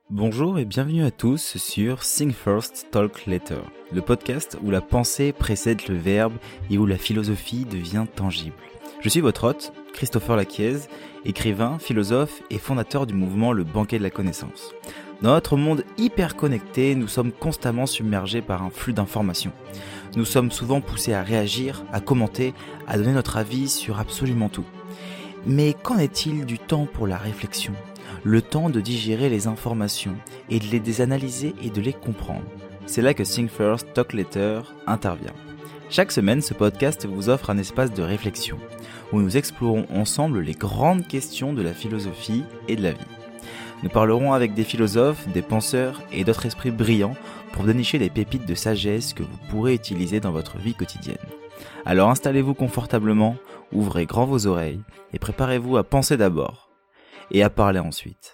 Bonjour et bienvenue à tous sur Think First, Talk Later, le podcast où la pensée précède le verbe et où la philosophie devient tangible. Je suis votre hôte, Christopher Laquiez, écrivain, philosophe et fondateur du mouvement Le Banquet de la Connaissance. Dans notre monde hyper connecté, nous sommes constamment submergés par un flux d'informations. Nous sommes souvent poussés à réagir, à commenter, à donner notre avis sur absolument tout. Mais qu'en est-il du temps pour la réflexion ? Le temps de digérer les informations et de les analyser et de les comprendre. C'est là que Think First, Talk Later intervient. Chaque semaine, ce podcast vous offre un espace de réflexion où nous explorons ensemble les grandes questions de la philosophie et de la vie. Nous parlerons avec des philosophes, des penseurs et d'autres esprits brillants pour dénicher des pépites de sagesse que vous pourrez utiliser dans votre vie quotidienne. Alors installez-vous confortablement, ouvrez grand vos oreilles et préparez-vous à penser d'abord et à parler ensuite.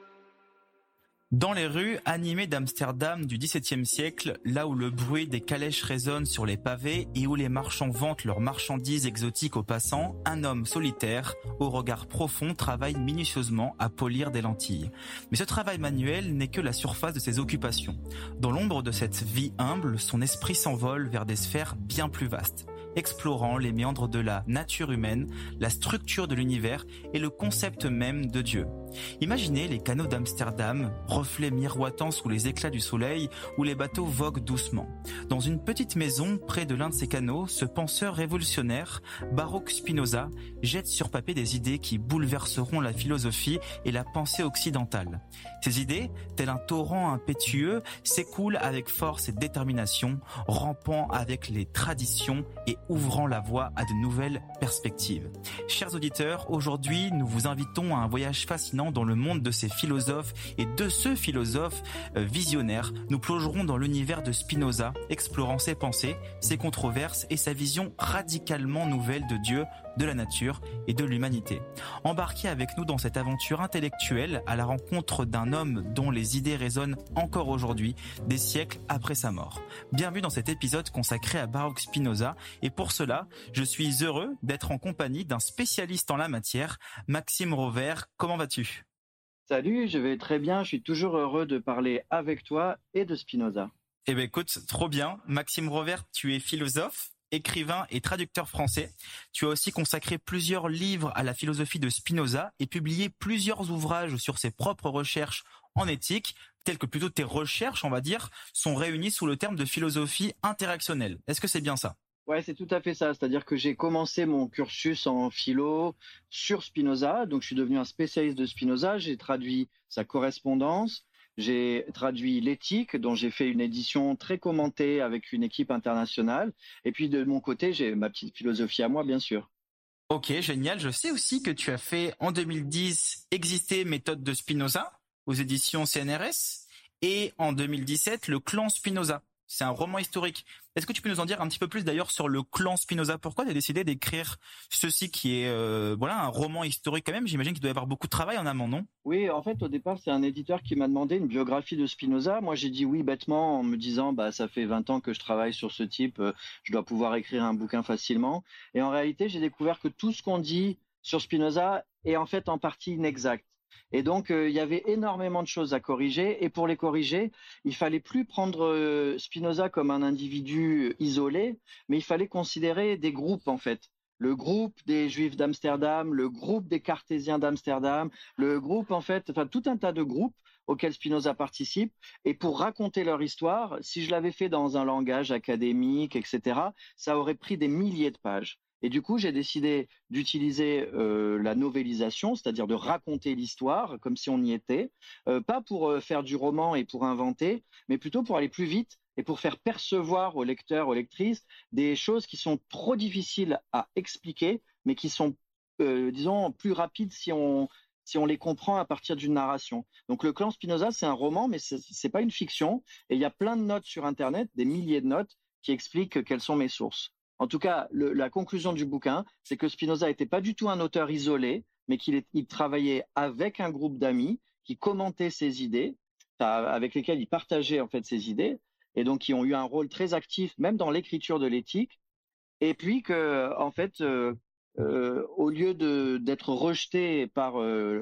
Dans les rues animées d'Amsterdam du XVIIe siècle, là où le bruit des calèches résonne sur les pavés et où les marchands vantent leurs marchandises exotiques aux passants, un homme solitaire, au regard profond, travaille minutieusement à polir des lentilles. Mais ce travail manuel n'est que la surface de ses occupations. Dans l'ombre de cette vie humble, son esprit s'envole vers des sphères bien plus vastes, explorant les méandres de la nature humaine, la structure de l'univers et le concept même de Dieu. Imaginez les canaux d'Amsterdam, reflets miroitant sous les éclats du soleil, où les bateaux voguent doucement. Dans une petite maison, près de l'un de ces canaux, ce penseur révolutionnaire, Baruch Spinoza, jette sur papier des idées qui bouleverseront la philosophie et la pensée occidentale. Ces idées, tel un torrent impétueux, s'écoulent avec force et détermination, rampant avec les traditions et ouvrant la voie à de nouvelles perspectives. Chers auditeurs, aujourd'hui, nous vous invitons à un voyage fascinant dans le monde de ces philosophes et de ce philosophe visionnaire. Nous plongerons dans l'univers de Spinoza, explorant ses pensées, ses controverses et sa vision radicalement nouvelle de Dieu, de la nature et de l'humanité. Embarquez avec nous dans cette aventure intellectuelle à la rencontre d'un homme dont les idées résonnent encore aujourd'hui, des siècles après sa mort. Bienvenue dans cet épisode consacré à Baruch Spinoza et pour cela, je suis heureux d'être en compagnie d'un spécialiste en la matière, Maxime Rovert. Comment vas-tu ? Salut, je vais très bien, je suis toujours heureux de parler avec toi et de Spinoza. Eh bien écoute, trop bien. Maxime Rovert, tu es philosophe, écrivain et traducteur français. Tu as aussi consacré plusieurs livres à la philosophie de Spinoza et publié plusieurs ouvrages sur ses propres recherches en éthique, tels que plutôt tes recherches, on va dire, sont réunies sous le terme de philosophie interactionnelle. Est-ce que c'est bien ça ? Ouais, c'est tout à fait ça. C'est-à-dire que j'ai commencé mon cursus en philo sur Spinoza. Donc, je suis devenu un spécialiste de Spinoza. J'ai traduit sa correspondance. J'ai traduit l'éthique, dont j'ai fait une édition très commentée avec une équipe internationale. Et puis, de mon côté, j'ai ma petite philosophie à moi, bien sûr. Ok, génial. Je sais aussi que tu as fait en 2010 Exister, méthode de Spinoza aux éditions CNRS et en 2017 Le clan Spinoza. C'est un roman historique. Est-ce que tu peux nous en dire un petit peu plus d'ailleurs sur le clan Spinoza ? Pourquoi tu as décidé d'écrire ceci qui est un roman historique quand même ? J'imagine qu'il doit y avoir beaucoup de travail en amont, non ? Oui, en fait, au départ, c'est un éditeur qui m'a demandé une biographie de Spinoza. Moi, j'ai dit oui bêtement en me disant, ça fait 20 ans que je travaille sur ce type, je dois pouvoir écrire un bouquin facilement. Et en réalité, j'ai découvert que tout ce qu'on dit sur Spinoza est en fait en partie inexact. Et donc, il y avait énormément de choses à corriger. Et pour les corriger, il fallait plus prendre Spinoza comme un individu isolé, mais il fallait considérer des groupes, en fait. Le groupe des Juifs d'Amsterdam, le groupe des Cartésiens d'Amsterdam, le groupe, en fait, enfin, tout un tas de groupes auxquels Spinoza participe. Et pour raconter leur histoire, si je l'avais fait dans un langage académique, etc., ça aurait pris des milliers de pages. Et du coup, j'ai décidé d'utiliser la novélisation, c'est-à-dire de raconter l'histoire comme si on y était, pas pour faire du roman et pour inventer, mais plutôt pour aller plus vite et pour faire percevoir aux lecteurs, aux lectrices, des choses qui sont trop difficiles à expliquer, mais qui sont, disons, plus rapides si on les comprend à partir d'une narration. Donc, Le clan Spinoza, c'est un roman, mais c'est pas une fiction. Et il y a plein de notes sur Internet, des milliers de notes, qui expliquent quelles sont mes sources. En tout cas, la conclusion du bouquin, c'est que Spinoza n'était pas du tout un auteur isolé, mais il travaillait avec un groupe d'amis qui commentaient ses idées, avec lesquels il partageait en fait ses idées, et donc qui ont eu un rôle très actif même dans l'écriture de l'éthique. Et puis que, en fait, au lieu d'être rejeté par,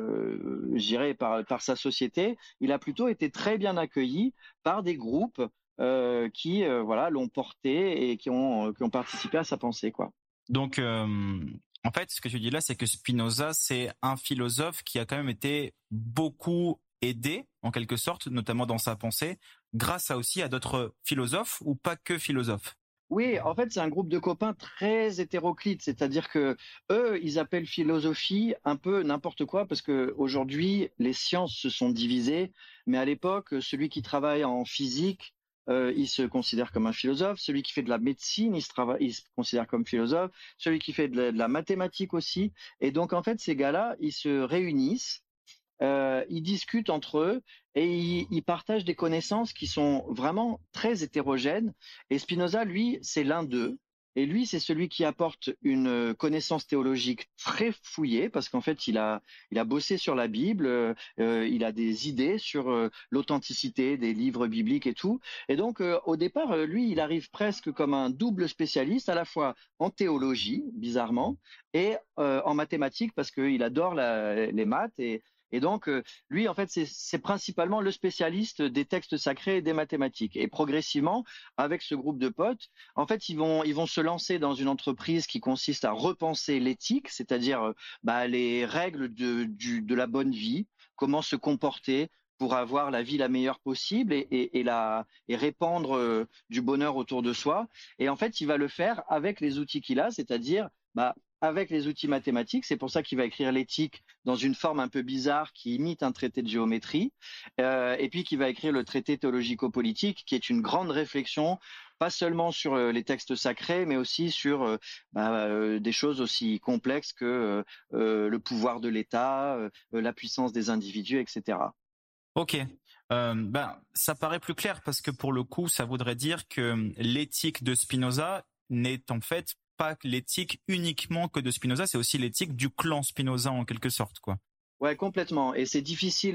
je dirais, par sa société, il a plutôt été très bien accueilli par des groupes qui, voilà, l'ont porté et qui ont participé à sa pensée, quoi. Donc, en fait, ce que tu dis là, c'est que Spinoza, c'est un philosophe qui a quand même été beaucoup aidé, en quelque sorte, notamment dans sa pensée, grâce aussi à d'autres philosophes ou pas que philosophes. Oui, en fait, c'est un groupe de copains très hétéroclite, c'est-à-dire que eux, ils appellent philosophie un peu n'importe quoi parce que aujourd'hui, les sciences se sont divisées, mais à l'époque, celui qui travaille en physique, il se considère comme un philosophe, celui qui fait de la médecine, il se considère comme philosophe, celui qui fait de la mathématique aussi. Et donc, en fait, ces gars-là, ils se réunissent, ils discutent entre eux et ils partagent des connaissances qui sont vraiment très hétérogènes. Et Spinoza, lui, c'est l'un d'eux. Et lui, c'est celui qui apporte une connaissance théologique très fouillée, parce qu'en fait, il a bossé sur la Bible, il a des idées sur l'authenticité des livres bibliques et tout. Et donc, au départ, lui, il arrive presque comme un double spécialiste, à la fois en théologie, bizarrement, et en mathématiques, parce qu'il adore les maths. Et donc, lui, en fait, c'est principalement le spécialiste des textes sacrés et des mathématiques. Et progressivement, avec ce groupe de potes, en fait, ils vont se lancer dans une entreprise qui consiste à repenser l'éthique, c'est-à-dire les règles de la bonne vie, comment se comporter pour avoir la vie la meilleure possible et répandre du bonheur autour de soi. Et en fait, il va le faire avec les outils qu'il a, c'est-à-dire avec les outils mathématiques. C'est pour ça qu'il va écrire l'éthique dans une forme un peu bizarre qui imite un traité de géométrie, et puis qui va écrire le traité théologico-politique, qui est une grande réflexion, pas seulement sur les textes sacrés, mais aussi sur des choses aussi complexes que le pouvoir de l'État, la puissance des individus, etc. Ok. Ça paraît plus clair parce que pour le coup, ça voudrait dire que l'éthique de Spinoza n'est en fait pas l'éthique uniquement que de Spinoza, c'est aussi l'éthique du clan Spinoza en quelque sorte, quoi. Ouais, complètement. Et c'est difficile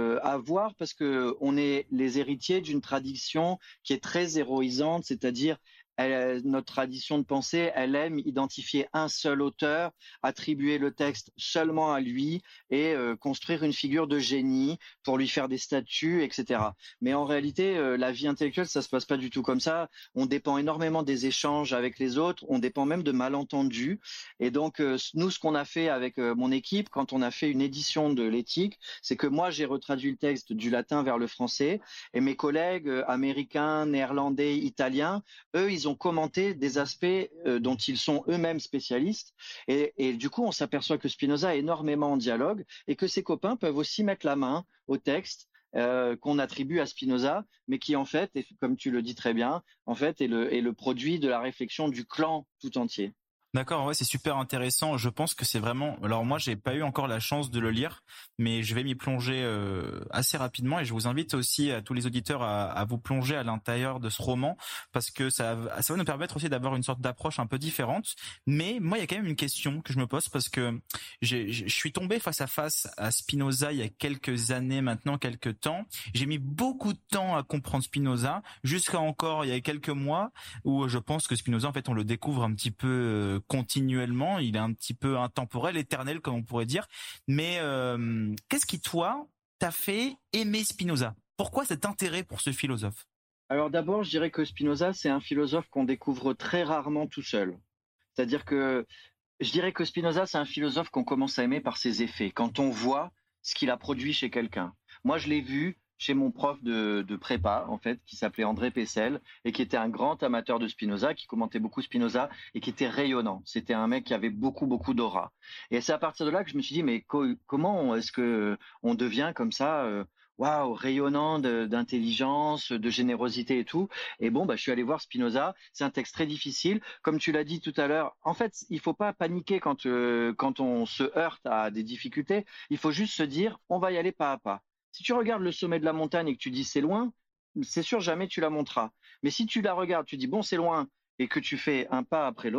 à voir parce que on est les héritiers d'une tradition qui est très héroïsante, c'est-à-dire notre tradition de pensée, elle aime identifier un seul auteur, attribuer le texte seulement à lui et construire une figure de génie pour lui faire des statues, etc. Mais en réalité, la vie intellectuelle, ça se passe pas du tout comme ça. On dépend énormément des échanges avec les autres, on dépend même de malentendus. Et donc, nous, ce qu'on a fait avec mon équipe, quand on a fait une édition de l'éthique, c'est que moi, j'ai retraduit le texte du latin vers le français et mes collègues américains, néerlandais, italiens, eux, ils ont commenté des aspects dont ils sont eux-mêmes spécialistes. Et du coup, on s'aperçoit que Spinoza est énormément en dialogue et que ses copains peuvent aussi mettre la main au texte qu'on attribue à Spinoza, mais qui en fait, comme tu le dis très bien, en fait est le produit de la réflexion du clan tout entier. D'accord, ouais, c'est super intéressant. Je pense que c'est vraiment. Alors moi, j'ai pas eu encore la chance de le lire, mais je vais m'y plonger assez rapidement. Et je vous invite aussi à tous les auditeurs à vous plonger à l'intérieur de ce roman parce que ça va nous permettre aussi d'avoir une sorte d'approche un peu différente. Mais moi, il y a quand même une question que je me pose parce que je suis tombé face à Spinoza il y a quelques années maintenant, quelques temps. J'ai mis beaucoup de temps à comprendre Spinoza, jusqu'à encore il y a quelques mois où je pense que Spinoza, en fait, on le découvre un petit peu continuellement, il est un petit peu intemporel, éternel comme on pourrait dire. Mais qu'est-ce qui toi t'a fait aimer Spinoza? Pourquoi cet intérêt pour ce philosophe? Alors d'abord, je dirais que Spinoza, c'est un philosophe qu'on découvre très rarement tout seul. C'est-à-dire que je dirais que Spinoza, c'est un philosophe qu'on commence à aimer par ses effets, quand on voit ce qu'il a produit chez quelqu'un. Moi, je l'ai vu chez mon prof de prépa, en fait, qui s'appelait André Pessel, et qui était un grand amateur de Spinoza, qui commentait beaucoup Spinoza, et qui était rayonnant. C'était un mec qui avait beaucoup, beaucoup d'aura. Et c'est à partir de là que je me suis dit, mais comment est-ce que on devient comme ça waouh, rayonnant d'intelligence, de générosité et tout. Et bon, je suis allé voir Spinoza. C'est un texte très difficile. Comme tu l'as dit tout à l'heure, en fait, il faut pas paniquer quand on se heurte à des difficultés. Il faut juste se dire, on va y aller pas à pas. Si tu regardes le sommet de la montagne et que tu dis c'est loin, c'est sûr jamais tu la monteras. Mais si tu la regardes, tu dis bon c'est loin et que tu fais un pas après l'autre,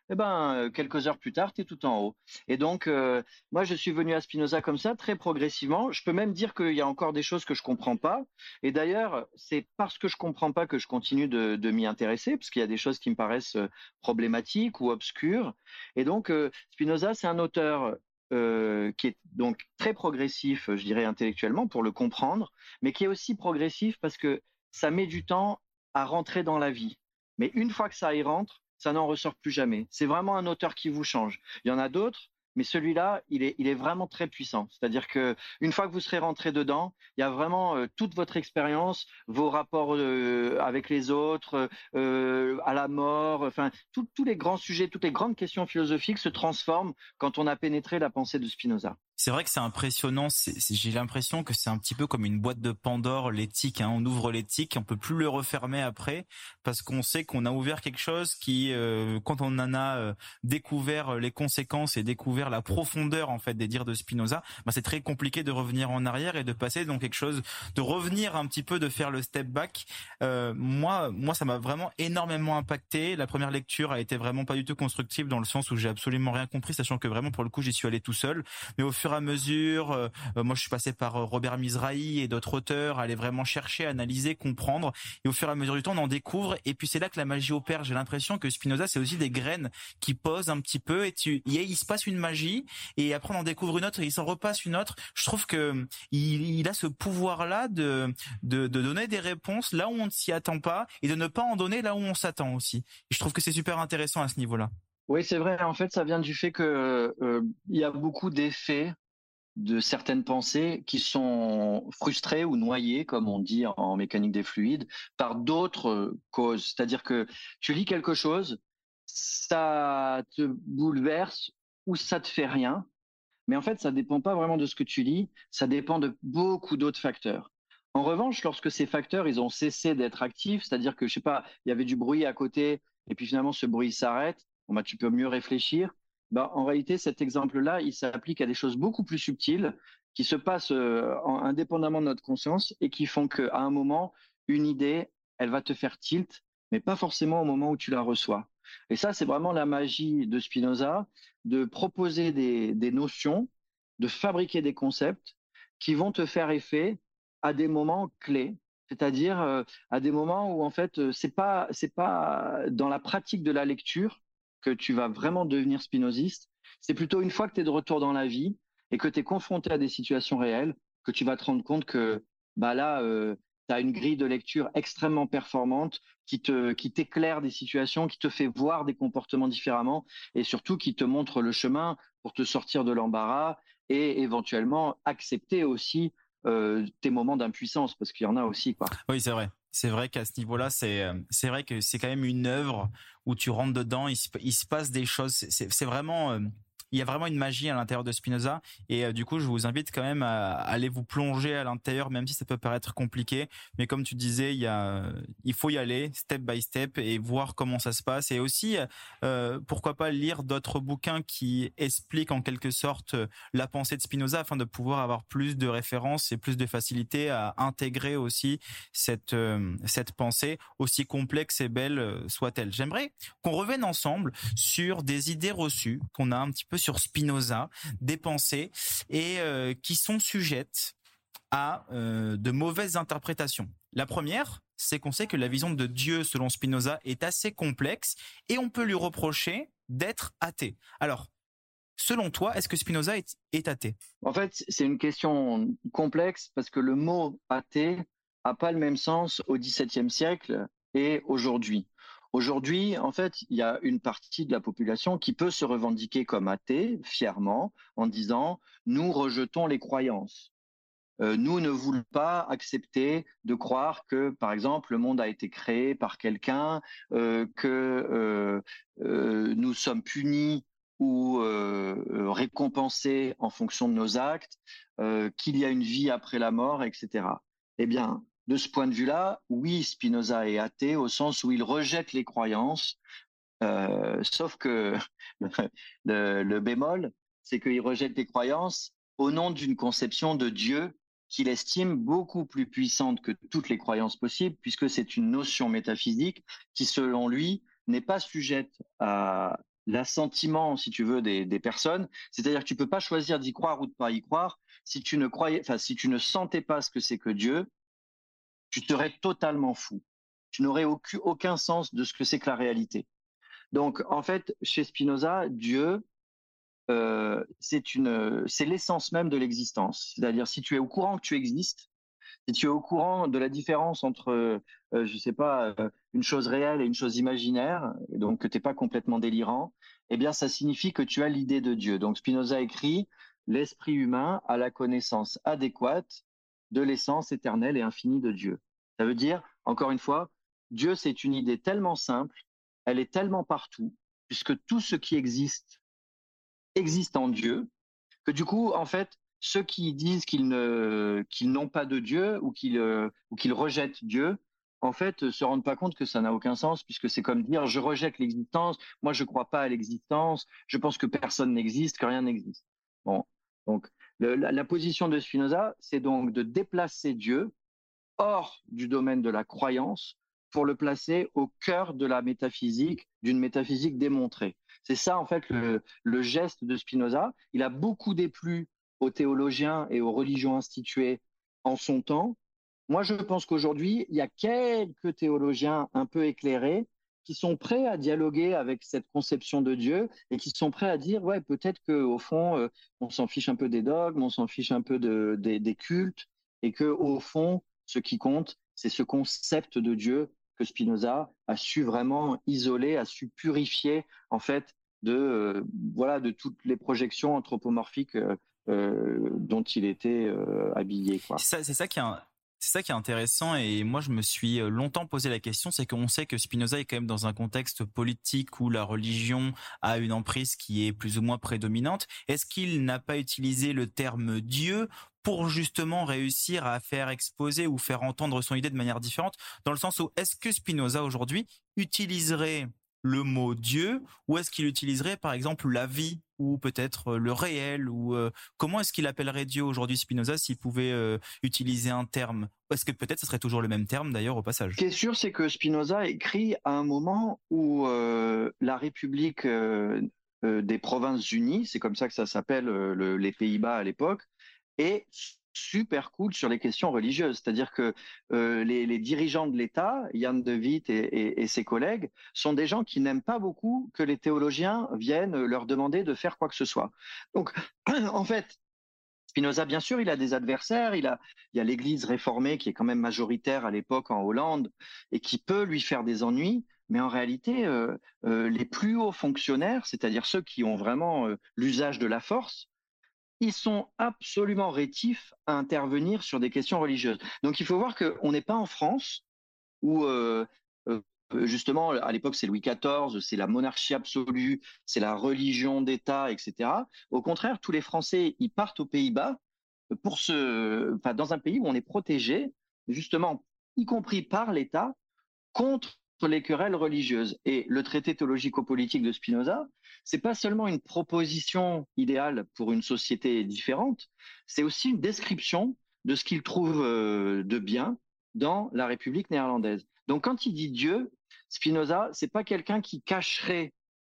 quelques heures plus tard, tu es tout en haut. Et donc, moi, je suis venu à Spinoza comme ça, très progressivement. Je peux même dire qu'il y a encore des choses que je comprends pas. Et d'ailleurs, c'est parce que je comprends pas que je continue de m'y intéresser, parce qu'il y a des choses qui me paraissent problématiques ou obscures. Et donc, Spinoza, c'est un auteur qui est donc très progressif, je dirais intellectuellement, pour le comprendre, mais qui est aussi progressif parce que ça met du temps à rentrer dans la vie. Mais une fois que ça y rentre, ça n'en ressort plus jamais. C'est vraiment un auteur qui vous change. Il y en a d'autres, mais celui-là, il est vraiment très puissant. C'est-à-dire que une fois que vous serez rentré dedans, il y a vraiment toute votre expérience, vos rapports avec les autres, à la mort, enfin tous les grands sujets, toutes les grandes questions philosophiques se transforment quand on a pénétré la pensée de Spinoza. C'est vrai que c'est impressionnant. J'ai l'impression que c'est un petit peu comme une boîte de Pandore, l'éthique. Hein. On ouvre l'éthique, on peut plus le refermer après parce qu'on sait qu'on a ouvert quelque chose qui, quand on en a découvert les conséquences et découvert la profondeur en fait des dires de Spinoza, bah, c'est très compliqué de revenir en arrière et de passer dans quelque chose, de revenir un petit peu, de faire le step back. Moi, ça m'a vraiment énormément impacté. La première lecture a été vraiment pas du tout constructive dans le sens où j'ai absolument rien compris, sachant que vraiment pour le coup j'y suis allé tout seul. Mais au fur et à mesure, moi je suis passé par Robert Mizrahi et d'autres auteurs, aller vraiment chercher, analyser, comprendre, et au fur et à mesure du temps on en découvre, et puis c'est là que la magie opère. J'ai l'impression que Spinoza c'est aussi des graines qui posent un petit peu, et il se passe une magie, et après on en découvre une autre, et il s'en repasse une autre. Je trouve que il a ce pouvoir-là de donner des réponses là où on ne s'y attend pas, et de ne pas en donner là où on s'attend aussi. Et je trouve que c'est super intéressant à ce niveau-là. Oui, c'est vrai. En fait, ça vient du fait que il y a beaucoup d'effets de certaines pensées qui sont frustrées ou noyées, comme on dit en mécanique des fluides, par d'autres causes. C'est-à-dire que tu lis quelque chose, ça te bouleverse ou ça te fait rien, mais en fait, ça dépend pas vraiment de ce que tu lis, ça dépend de beaucoup d'autres facteurs. En revanche, lorsque ces facteurs, ils ont cessé d'être actifs, c'est-à-dire que, je sais pas, il y avait du bruit à côté, et puis finalement ce bruit s'arrête, bon, bah, tu peux mieux réfléchir. Bah, en réalité, cet exemple-là, il s'applique à des choses beaucoup plus subtiles qui se passent indépendamment de notre conscience et qui font qu'à un moment, une idée, elle va te faire tilt, mais pas forcément au moment où tu la reçois. Et ça, c'est vraiment la magie de Spinoza, de proposer des notions, de fabriquer des concepts qui vont te faire effet à des moments clés, c'est-à-dire à des moments où en fait c'est pas dans la pratique de la lecture que tu vas vraiment devenir spinoziste, c'est plutôt une fois que tu es de retour dans la vie et que tu es confronté à des situations réelles que tu vas te rendre compte que bah là tu as une grille de lecture extrêmement performante qui t'éclaire des situations, qui te fait voir des comportements différemment et surtout qui te montre le chemin pour te sortir de l'embarras et éventuellement accepter aussi tes moments d'impuissance parce qu'il y en a aussi quoi. Oui, c'est vrai. C'est vrai qu'à ce niveau-là, c'est vrai que c'est quand même une œuvre où tu rentres dedans, il se passe des choses. C'est vraiment il y a vraiment une magie à l'intérieur de Spinoza, et du coup je vous invite quand même à aller vous plonger à l'intérieur, même si ça peut paraître compliqué, mais comme tu disais, il faut y aller step by step et voir comment ça se passe, et aussi pourquoi pas lire d'autres bouquins qui expliquent en quelque sorte la pensée de Spinoza, afin de pouvoir avoir plus de références et plus de facilité à intégrer aussi cette pensée, aussi complexe et belle soit-elle. J'aimerais qu'on revienne ensemble sur des idées reçues qu'on a un petit peu sur Spinoza, des pensées, et qui sont sujettes à de mauvaises interprétations. La première, c'est qu'on sait que la vision de Dieu selon Spinoza est assez complexe, et on peut lui reprocher d'être athée. Alors, selon toi, est-ce que Spinoza est athée? En fait, c'est une question complexe parce que le mot athée n'a pas le même sens au XVIIe siècle et aujourd'hui. Aujourd'hui, en fait, il y a une partie de la population qui peut se revendiquer comme athée fièrement en disant nous rejetons les croyances. Nous ne voulons pas accepter de croire que, par exemple, le monde a été créé par quelqu'un, que nous sommes punis ou récompensés en fonction de nos actes, qu'il y a une vie après la mort, etc. Eh bien, de ce point de vue-là, oui, Spinoza est athée au sens où il rejette les croyances, sauf que le bémol, c'est qu'il rejette les croyances au nom d'une conception de Dieu qu'il estime beaucoup plus puissante que toutes les croyances possibles, puisque c'est une notion métaphysique qui, selon lui, n'est pas sujette à l'assentiment, si tu veux, des personnes. C'est-à-dire que tu peux pas choisir d'y croire ou de pas y croire. Si tu ne sentais pas ce que c'est que Dieu, tu serais totalement fou. Tu n'aurais aucun sens de ce que c'est que la réalité. Donc, en fait, chez Spinoza, Dieu, c'est l'essence même de l'existence. C'est-à-dire, si tu es au courant que tu existes, si tu es au courant de la différence entre, je sais pas, une chose réelle et une chose imaginaire, et donc que t'es pas complètement délirant, eh bien, ça signifie que tu as l'idée de Dieu. Donc, Spinoza écrit, l'esprit humain a la connaissance adéquate de l'essence éternelle et infinie de Dieu. Ça veut dire, encore une fois, Dieu, c'est une idée tellement simple, elle est tellement partout, puisque tout ce qui existe en Dieu, que du coup, en fait, ceux qui disent qu'ils n'ont pas de Dieu ou qu'ils rejettent Dieu, en fait, se rendent pas compte que ça n'a aucun sens, puisque c'est comme dire je rejette l'existence, moi je crois pas à l'existence, je pense que personne n'existe, que rien n'existe. Bon, donc la position de Spinoza, c'est donc de déplacer Dieu hors du domaine de la croyance pour le placer au cœur de la métaphysique, d'une métaphysique démontrée. C'est ça, en fait, le geste de Spinoza. Il a beaucoup déplu aux théologiens et aux religions instituées en son temps. Moi, je pense qu'aujourd'hui, il y a quelques théologiens un peu éclairés qui sont prêts à dialoguer avec cette conception de Dieu et qui sont prêts à dire, ouais, peut-être qu'au fond, on s'en fiche un peu des dogmes, on s'en fiche un peu des cultes, et que au fond, ce qui compte, c'est ce concept de Dieu que Spinoza a su vraiment isoler, a su purifier, en fait, de toutes les projections anthropomorphiques dont il était habillé, quoi. C'est ça qui est intéressant, et moi je me suis longtemps posé la question, c'est qu'on sait que Spinoza est quand même dans un contexte politique où la religion a une emprise qui est plus ou moins prédominante. Est-ce qu'il n'a pas utilisé le terme Dieu pour justement réussir à faire exposer ou faire entendre son idée de manière différente, dans le sens où est-ce que Spinoza aujourd'hui utiliserait le mot Dieu, ou est-ce qu'il utiliserait par exemple la vie ou peut-être le réel, ou comment est-ce qu'il appellerait Dieu aujourd'hui Spinoza s'il pouvait utiliser un terme? Est-ce que peut-être ce serait toujours le même terme d'ailleurs au passage? Ce qui est sûr, c'est que Spinoza écrit à un moment où la République des Provinces-Unies, c'est comme ça que ça s'appelle les Pays-Bas à l'époque, est super cool sur les questions religieuses. C'est-à-dire que les dirigeants de l'État, Jan de Witt et ses collègues, sont des gens qui n'aiment pas beaucoup que les théologiens viennent leur demander de faire quoi que ce soit. Donc, en fait, Spinoza, bien sûr, il a des adversaires. Il y a l'Église réformée qui est quand même majoritaire à l'époque en Hollande et qui peut lui faire des ennuis. Mais en réalité, les plus hauts fonctionnaires, c'est-à-dire ceux qui ont vraiment l'usage de la force, ils sont absolument rétifs à intervenir sur des questions religieuses. Donc il faut voir qu'on n'est pas en France où euh, justement à l'époque c'est Louis XIV, c'est la monarchie absolue, c'est la religion d'État, etc. Au contraire, tous les Français ils partent aux Pays-Bas dans un pays où on est protégé, justement, y compris par l'État, contre les querelles religieuses. Et le traité théologico-politique de Spinoza, c'est pas seulement une proposition idéale pour une société différente, c'est aussi une description de ce qu'il trouve de bien dans la République néerlandaise. Donc quand il dit Dieu, Spinoza, c'est pas quelqu'un qui cacherait,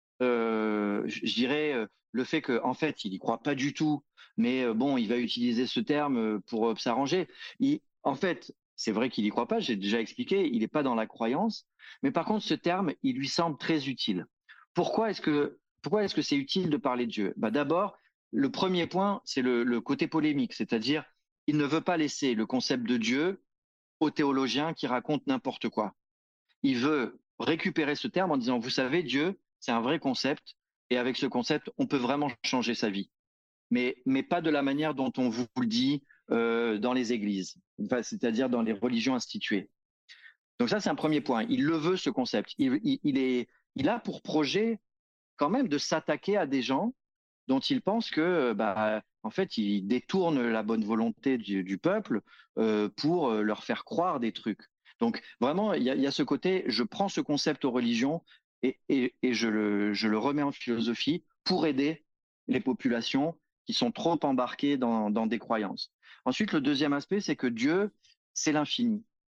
je dirais, le fait qu'en fait, il y croit pas du tout, mais bon, il va utiliser ce terme pour s'arranger. En fait, c'est vrai qu'il y croit pas, j'ai déjà expliqué, il n'est pas dans la croyance, mais par contre, ce terme, il lui semble très utile. Pourquoi est-ce que c'est utile de parler de Dieu? Bah, d'abord, le premier point, c'est le côté polémique, c'est-à-dire, il ne veut pas laisser le concept de Dieu aux théologiens qui racontent n'importe quoi. Il veut récupérer ce terme en disant, vous savez, Dieu, c'est un vrai concept, et avec ce concept, on peut vraiment changer sa vie. Mais pas de la manière dont on vous le dit dans les églises, enfin, c'est-à-dire dans les religions instituées. Donc ça, c'est un premier point. Il le veut, ce concept. Il a pour projet quand même de s'attaquer à des gens dont il pense que, en fait, il détourne la bonne volonté du peuple pour leur faire croire des trucs. Donc vraiment, il y a ce côté, je prends ce concept aux religions et je le remets en philosophie pour aider les populations qui sont trop embarquées dans des croyances. Ensuite, le deuxième aspect, c'est que Dieu, c'est l'infini.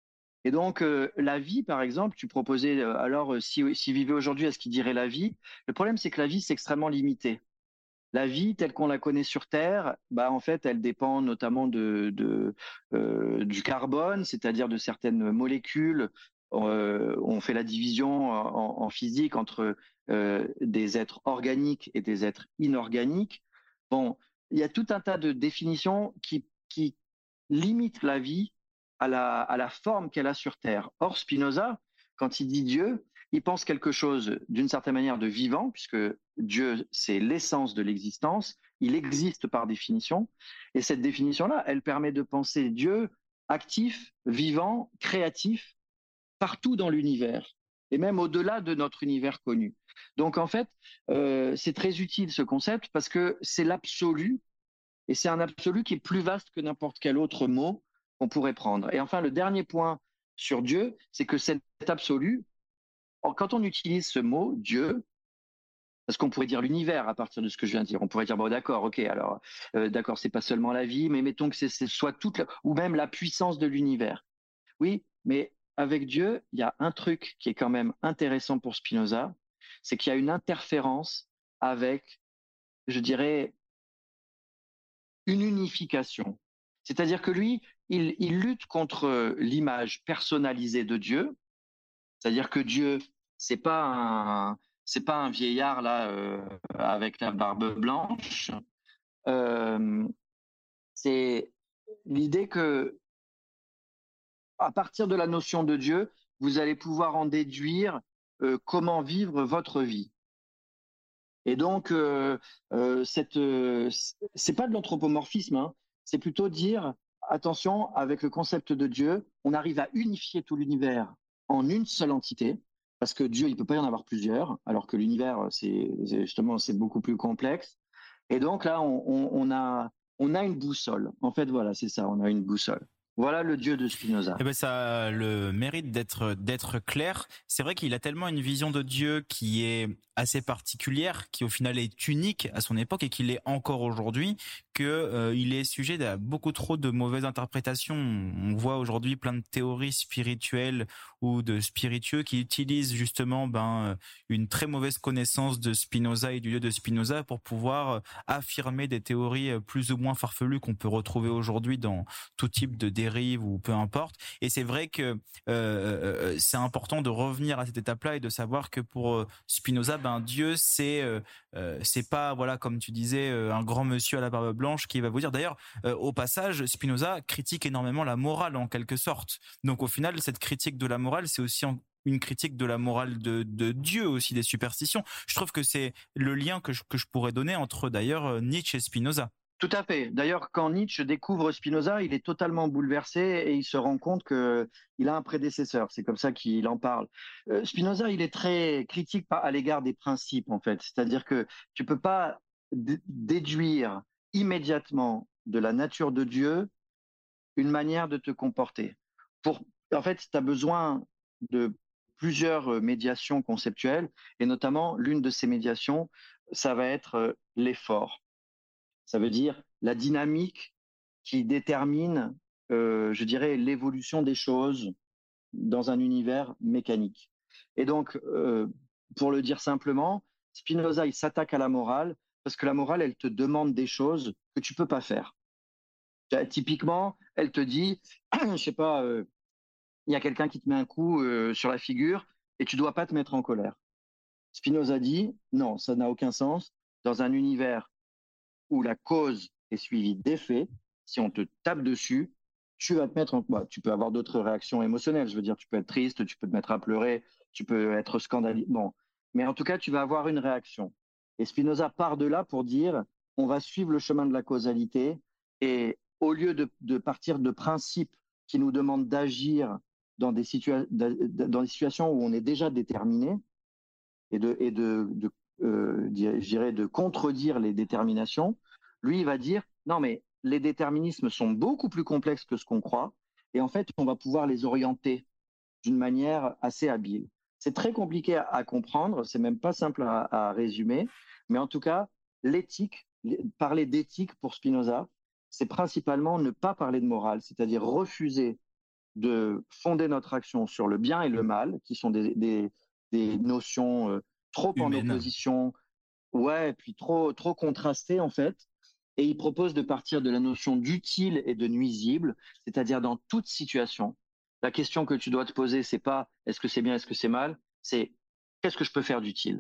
Et donc, la vie, par exemple, tu proposais, s'il vivait aujourd'hui, est-ce qu'il dirait la vie? Le problème, c'est que la vie, c'est extrêmement limité. La vie, telle qu'on la connaît sur Terre, bah, en fait, elle dépend notamment du carbone, c'est-à-dire de certaines molécules. On fait la division en physique entre des êtres organiques et des êtres inorganiques. Bon, il y a tout un tas de définitions qui limitent la vie à la forme qu'elle a sur Terre. Or, Spinoza, quand il dit Dieu, il pense quelque chose d'une certaine manière de vivant, puisque Dieu, c'est l'essence de l'existence, il existe par définition, et cette définition-là, elle permet de penser Dieu actif, vivant, créatif, partout dans l'univers, et même au-delà de notre univers connu. Donc en fait, c'est très utile ce concept parce que c'est l'absolu, et c'est un absolu qui est plus vaste que n'importe quel autre mot qu'on pourrait prendre. Et enfin, le dernier point sur Dieu, c'est que cet absolu, quand on utilise ce mot Dieu, parce qu'on pourrait dire l'univers à partir de ce que je viens de dire, on pourrait dire bon d'accord, ok, alors d'accord, c'est pas seulement la vie, mais mettons que c'est soit ou même la puissance de l'univers. Oui, mais avec Dieu, il y a un truc qui est quand même intéressant pour Spinoza, c'est qu'il y a une interférence avec, je dirais, une unification. C'est-à-dire que lui, il lutte contre l'image personnalisée de Dieu, c'est-à-dire que Dieu, c'est pas un vieillard là avec la barbe blanche. Euh, c'est l'idée que à partir de la notion de Dieu, vous allez pouvoir en déduire comment vivre votre vie. Et donc, c'est pas de l'anthropomorphisme, hein, c'est plutôt dire attention, avec le concept de Dieu, on arrive à unifier tout l'univers en une seule entité, parce que Dieu, il peut pas y en avoir plusieurs, alors que l'univers, justement, c'est beaucoup plus complexe. Et donc là, on a une boussole. En fait, voilà, c'est ça, on a une boussole. Voilà le Dieu de Spinoza. Eh ben ça a le mérite d'être clair. C'est vrai qu'il a tellement une vision de Dieu qui est assez particulière, qui au final est unique à son époque et qu'il est encore aujourd'hui, que il est sujet à beaucoup trop de mauvaises interprétations. On voit aujourd'hui plein de théories spirituelles ou de spiritueux qui utilisent justement une très mauvaise connaissance de Spinoza et du Dieu de Spinoza pour pouvoir affirmer des théories plus ou moins farfelues qu'on peut retrouver aujourd'hui dans tout type de dérive ou peu importe. Et c'est vrai que c'est important de revenir à cette étape-là et de savoir que pour Spinoza, Dieu c'est pas voilà comme tu disais un grand monsieur à la barbe blanche qui va vous dire. D'ailleurs, au passage, Spinoza critique énormément la morale en quelque sorte. Donc au final, cette critique de la morale, c'est aussi une critique de la morale de Dieu aussi, des superstitions. Je trouve que c'est le lien que je pourrais donner entre d'ailleurs Nietzsche et Spinoza. Tout à fait. D'ailleurs, quand Nietzsche découvre Spinoza, il est totalement bouleversé et il se rend compte qu'il a un prédécesseur. C'est comme ça qu'il en parle. Spinoza, il est très critique à l'égard des principes, en fait. C'est-à-dire que tu peux pas déduire immédiatement de la nature de Dieu une manière de te comporter. En fait, tu as besoin de plusieurs médiations conceptuelles et notamment l'une de ces médiations, ça va être l'effort. Ça veut dire la dynamique qui détermine, je dirais, l'évolution des choses dans un univers mécanique. Et donc, pour le dire simplement, Spinoza, il s'attaque à la morale parce que la morale, elle te demande des choses que tu peux pas faire. Typiquement, elle te dit, je sais pas, il y a quelqu'un qui te met un coup sur la figure et tu dois pas te mettre en colère. Spinoza dit, non, ça n'a aucun sens. Dans un univers où la cause est suivie d'effets, si on te tape dessus, tu vas te mettre en... Bah, tu peux avoir d'autres réactions émotionnelles. Je veux dire, tu peux être triste, tu peux te mettre à pleurer, tu peux être scandalisé. Bon, mais en tout cas, tu vas avoir une réaction. Et Spinoza part de là pour dire, on va suivre le chemin de la causalité et au lieu de partir de principes qui nous demandent d'agir dans des situations où on est déjà déterminé je dirais, de contredire les déterminations, lui, il va dire, non, mais les déterminismes sont beaucoup plus complexes que ce qu'on croit, et en fait, on va pouvoir les orienter d'une manière assez habile. C'est très compliqué à comprendre, c'est même pas simple à résumer, mais en tout cas, l'éthique, parler d'éthique pour Spinoza, c'est principalement ne pas parler de morale, c'est-à-dire refuser de fonder notre action sur le bien et le mal, qui sont des notions trop en Humaine. opposition, ouais, puis trop contrastées en fait. Et il propose de partir de la notion d'utile et de nuisible, c'est-à-dire dans toute situation. La question que tu dois te poser, c'est pas est-ce que c'est bien, est-ce que c'est mal, c'est qu'est-ce que je peux faire d'utile.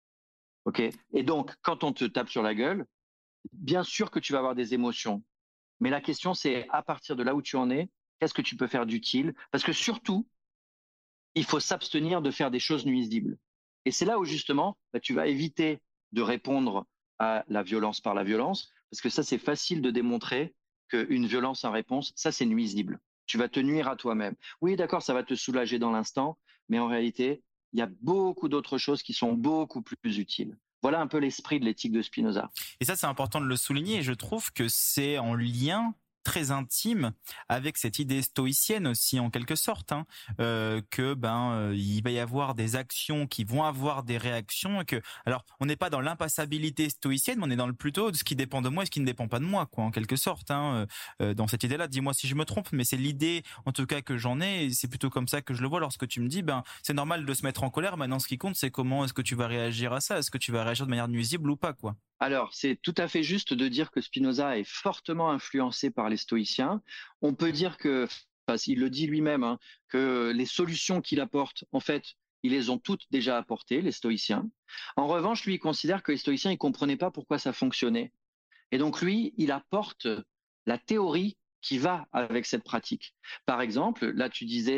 Ok. Et donc, quand on te tape sur la gueule, bien sûr que tu vas avoir des émotions. Mais la question, c'est à partir de là où tu en es, qu'est-ce que tu peux faire d'utile? Parce que surtout, il faut s'abstenir de faire des choses nuisibles. Et c'est là où justement, tu vas éviter de répondre à la violence par la violence, parce que ça, c'est facile de démontrer qu'une violence en réponse, ça, c'est nuisible. Tu vas te nuire à toi-même. Oui, d'accord, ça va te soulager dans l'instant, mais en réalité, il y a beaucoup d'autres choses qui sont beaucoup plus utiles. Voilà un peu l'esprit de l'éthique de Spinoza. Et ça, c'est important de le souligner. Et je trouve que c'est en lien très intime avec cette idée stoïcienne aussi en quelque sorte, hein, que il va y avoir des actions qui vont avoir des réactions et que alors on n'est pas dans l'impassabilité stoïcienne, mais on est dans le plutôt de ce qui dépend de moi et ce qui ne dépend pas de moi, quoi, en quelque sorte, hein, dans cette idée-là. Dis-moi si je me trompe, mais c'est l'idée en tout cas que j'en ai et c'est plutôt comme ça que je le vois lorsque tu me dis c'est normal de se mettre en colère. Maintenant, ce qui compte, c'est comment est-ce que tu vas réagir à ça. Est-ce que tu vas réagir de manière nuisible ou pas, quoi. Alors, c'est tout à fait juste de dire que Spinoza est fortement influencé par les stoïciens. On peut dire que, il le dit lui-même, hein, que les solutions qu'il apporte, en fait, ils les ont toutes déjà apportées, les stoïciens. En revanche, lui, il considère que les stoïciens, ils comprenaient pas pourquoi ça fonctionnait. Et donc, lui, il apporte la théorie qui va avec cette pratique. Par exemple, là,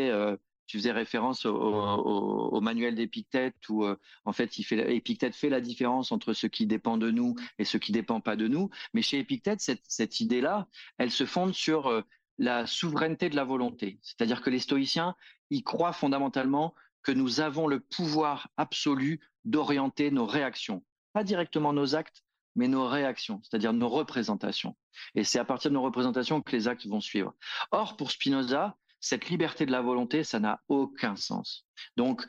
tu faisais référence au manuel d'Épictète où en fait Épictète fait la différence entre ce qui dépend de nous et ce qui dépend pas de nous. Mais chez Épictète, cette idée-là, elle se fonde sur la souveraineté de la volonté. C'est-à-dire que les stoïciens, ils croient fondamentalement que nous avons le pouvoir absolu d'orienter nos réactions, pas directement nos actes, mais nos réactions, c'est-à-dire nos représentations. Et c'est à partir de nos représentations que les actes vont suivre. Or, pour Spinoza, cette liberté de la volonté, ça n'a aucun sens. Donc,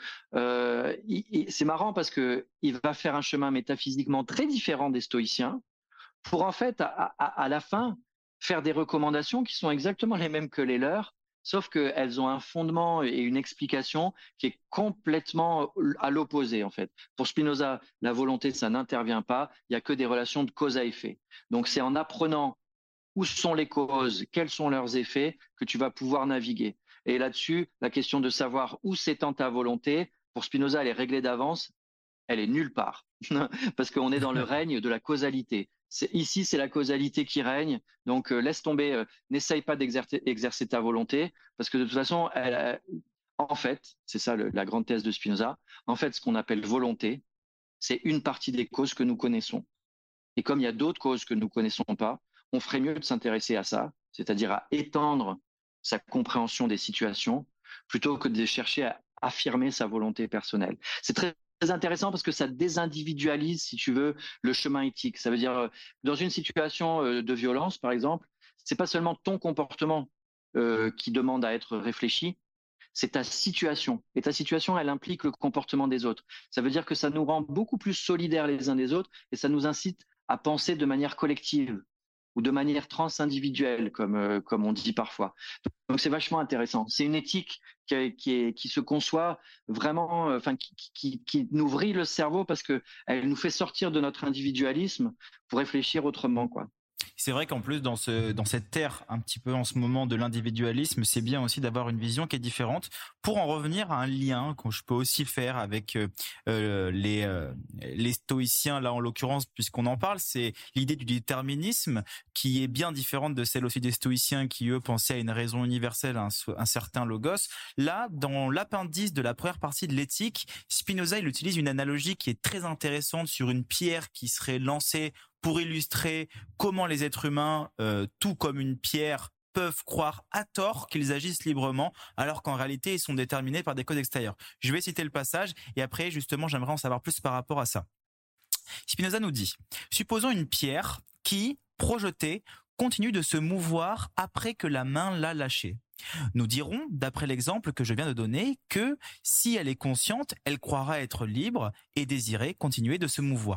c'est marrant parce que il va faire un chemin métaphysiquement très différent des stoïciens pour en fait, à la fin, faire des recommandations qui sont exactement les mêmes que les leurs, sauf qu'elles ont un fondement et une explication qui est complètement à l'opposé, en fait. Pour Spinoza, la volonté, ça n'intervient pas, il n'y a que des relations de cause à effet. Donc, c'est en apprenant où sont les causes, quels sont leurs effets, que tu vas pouvoir naviguer. Et là-dessus, la question de savoir où s'étend ta volonté, pour Spinoza, elle est réglée d'avance, elle est nulle part. Parce qu'on est dans le règne de la causalité. Ici, c'est la causalité qui règne. Donc, laisse tomber, n'essaye pas d'exercer ta volonté, parce que de toute façon, en fait, c'est ça la grande thèse de Spinoza, en fait, ce qu'on appelle volonté, c'est une partie des causes que nous connaissons. Et comme il y a d'autres causes que nous ne connaissons pas, on ferait mieux de s'intéresser à ça, c'est-à-dire à étendre sa compréhension des situations, plutôt que de chercher à affirmer sa volonté personnelle. C'est très intéressant parce que ça désindividualise, si tu veux, le chemin éthique. Ça veut dire, dans une situation de violence, par exemple, c'est pas seulement ton comportement qui demande à être réfléchi, c'est ta situation. Et ta situation, elle implique le comportement des autres. Ça veut dire que ça nous rend beaucoup plus solidaires les uns des autres et ça nous incite à penser de manière collective ou de manière transindividuelle, comme on dit parfois. Donc c'est vachement intéressant. C'est une éthique qui se conçoit vraiment, qui nous vrille le cerveau parce que elle nous fait sortir de notre individualisme pour réfléchir autrement, quoi. C'est vrai qu'en plus dans cette ère un petit peu en ce moment de l'individualisme, c'est bien aussi d'avoir une vision qui est différente. Pour en revenir à un lien que je peux aussi faire avec les stoïciens là en l'occurrence, puisqu'on en parle, c'est l'idée du déterminisme qui est bien différente de celle aussi des stoïciens qui eux pensaient à une raison universelle, un certain logos. Là, dans l'appendice de la première partie de l'éthique, Spinoza il utilise une analogie qui est très intéressante sur une pierre qui serait lancée pour illustrer comment les êtres humains, tout comme une pierre, peuvent croire à tort qu'ils agissent librement, alors qu'en réalité, ils sont déterminés par des codes extérieurs. Je vais citer le passage, et après, justement, j'aimerais en savoir plus par rapport à ça. Spinoza nous dit, supposons une pierre qui, projetée, continue de se mouvoir après que la main l'a lâchée. Nous dirons, d'après l'exemple que je viens de donner, que si elle est consciente, elle croira être libre et désirer continuer de se mouvoir.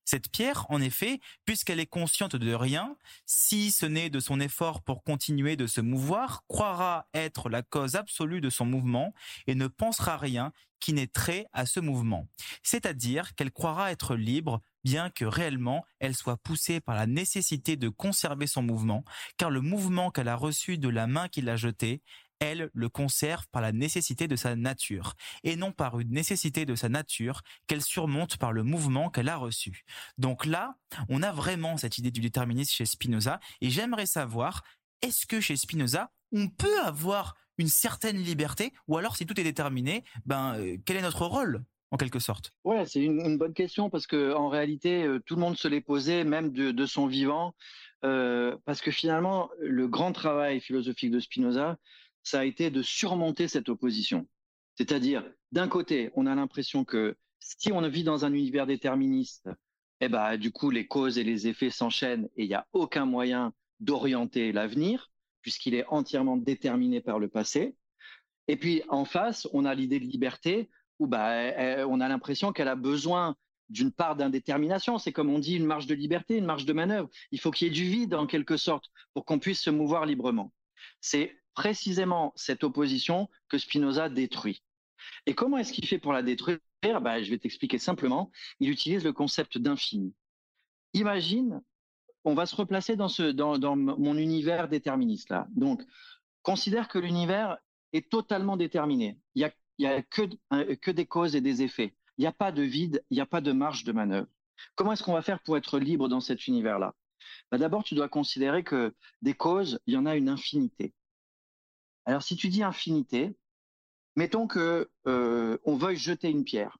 Cette pierre, en effet, puisqu'elle est consciente de rien, si ce n'est de son effort pour continuer de se mouvoir, croira être la cause absolue de son mouvement et ne pensera rien qui n'ait trait à ce mouvement. C'est-à-dire qu'elle croira être libre, bien que réellement elle soit poussée par la nécessité de conserver son mouvement, car le mouvement qu'elle a reçu de la main qui l'a jeté, elle le conserve par la nécessité de sa nature, et non par une nécessité de sa nature qu'elle surmonte par le mouvement qu'elle a reçu. Donc là, on a vraiment cette idée du déterminisme chez Spinoza, et j'aimerais savoir, est-ce que chez Spinoza, on peut avoir une certaine liberté, ou alors si tout est déterminé, quel est notre rôle en quelque sorte? Ouais, c'est une bonne question parce que en réalité, tout le monde se l'est posé, même de son vivant, parce que finalement, le grand travail philosophique de Spinoza, ça a été de surmonter cette opposition. C'est-à-dire, d'un côté, on a l'impression que si on vit dans un univers déterministe, du coup, les causes et les effets s'enchaînent et il n'y a aucun moyen d'orienter l'avenir, puisqu'il est entièrement déterminé par le passé. Et puis en face, on a l'idée de liberté où on a l'impression qu'elle a besoin d'une part d'indétermination. C'est comme on dit une marge de liberté, une marge de manœuvre. Il faut qu'il y ait du vide en quelque sorte pour qu'on puisse se mouvoir librement. C'est précisément cette opposition que Spinoza détruit. Et comment est-ce qu'il fait pour la détruire? Je vais t'expliquer simplement. Il utilise le concept d'infini. Imagine, on va se replacer dans mon univers déterministe là. Donc, considère que l'univers est totalement déterminé. Il y a que des causes et des effets. Il n'y a pas de vide, il n'y a pas de marge de manœuvre. Comment est-ce qu'on va faire pour être libre dans cet univers-là? D'abord, tu dois considérer que des causes, il y en a une infinité. Alors, si tu dis infinité, mettons que on veuille jeter une pierre.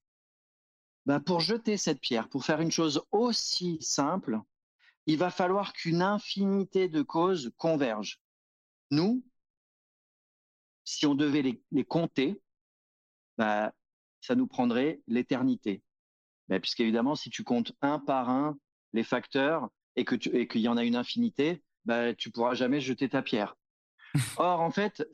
Pour jeter cette pierre, pour faire une chose aussi simple, il va falloir qu'une infinité de causes convergent. Nous, si on devait les compter, ça nous prendrait l'éternité. Puisqu'évidemment, si tu comptes un par un les facteurs et qu'il y en a une infinité, tu pourras jamais jeter ta pierre. Or, en fait,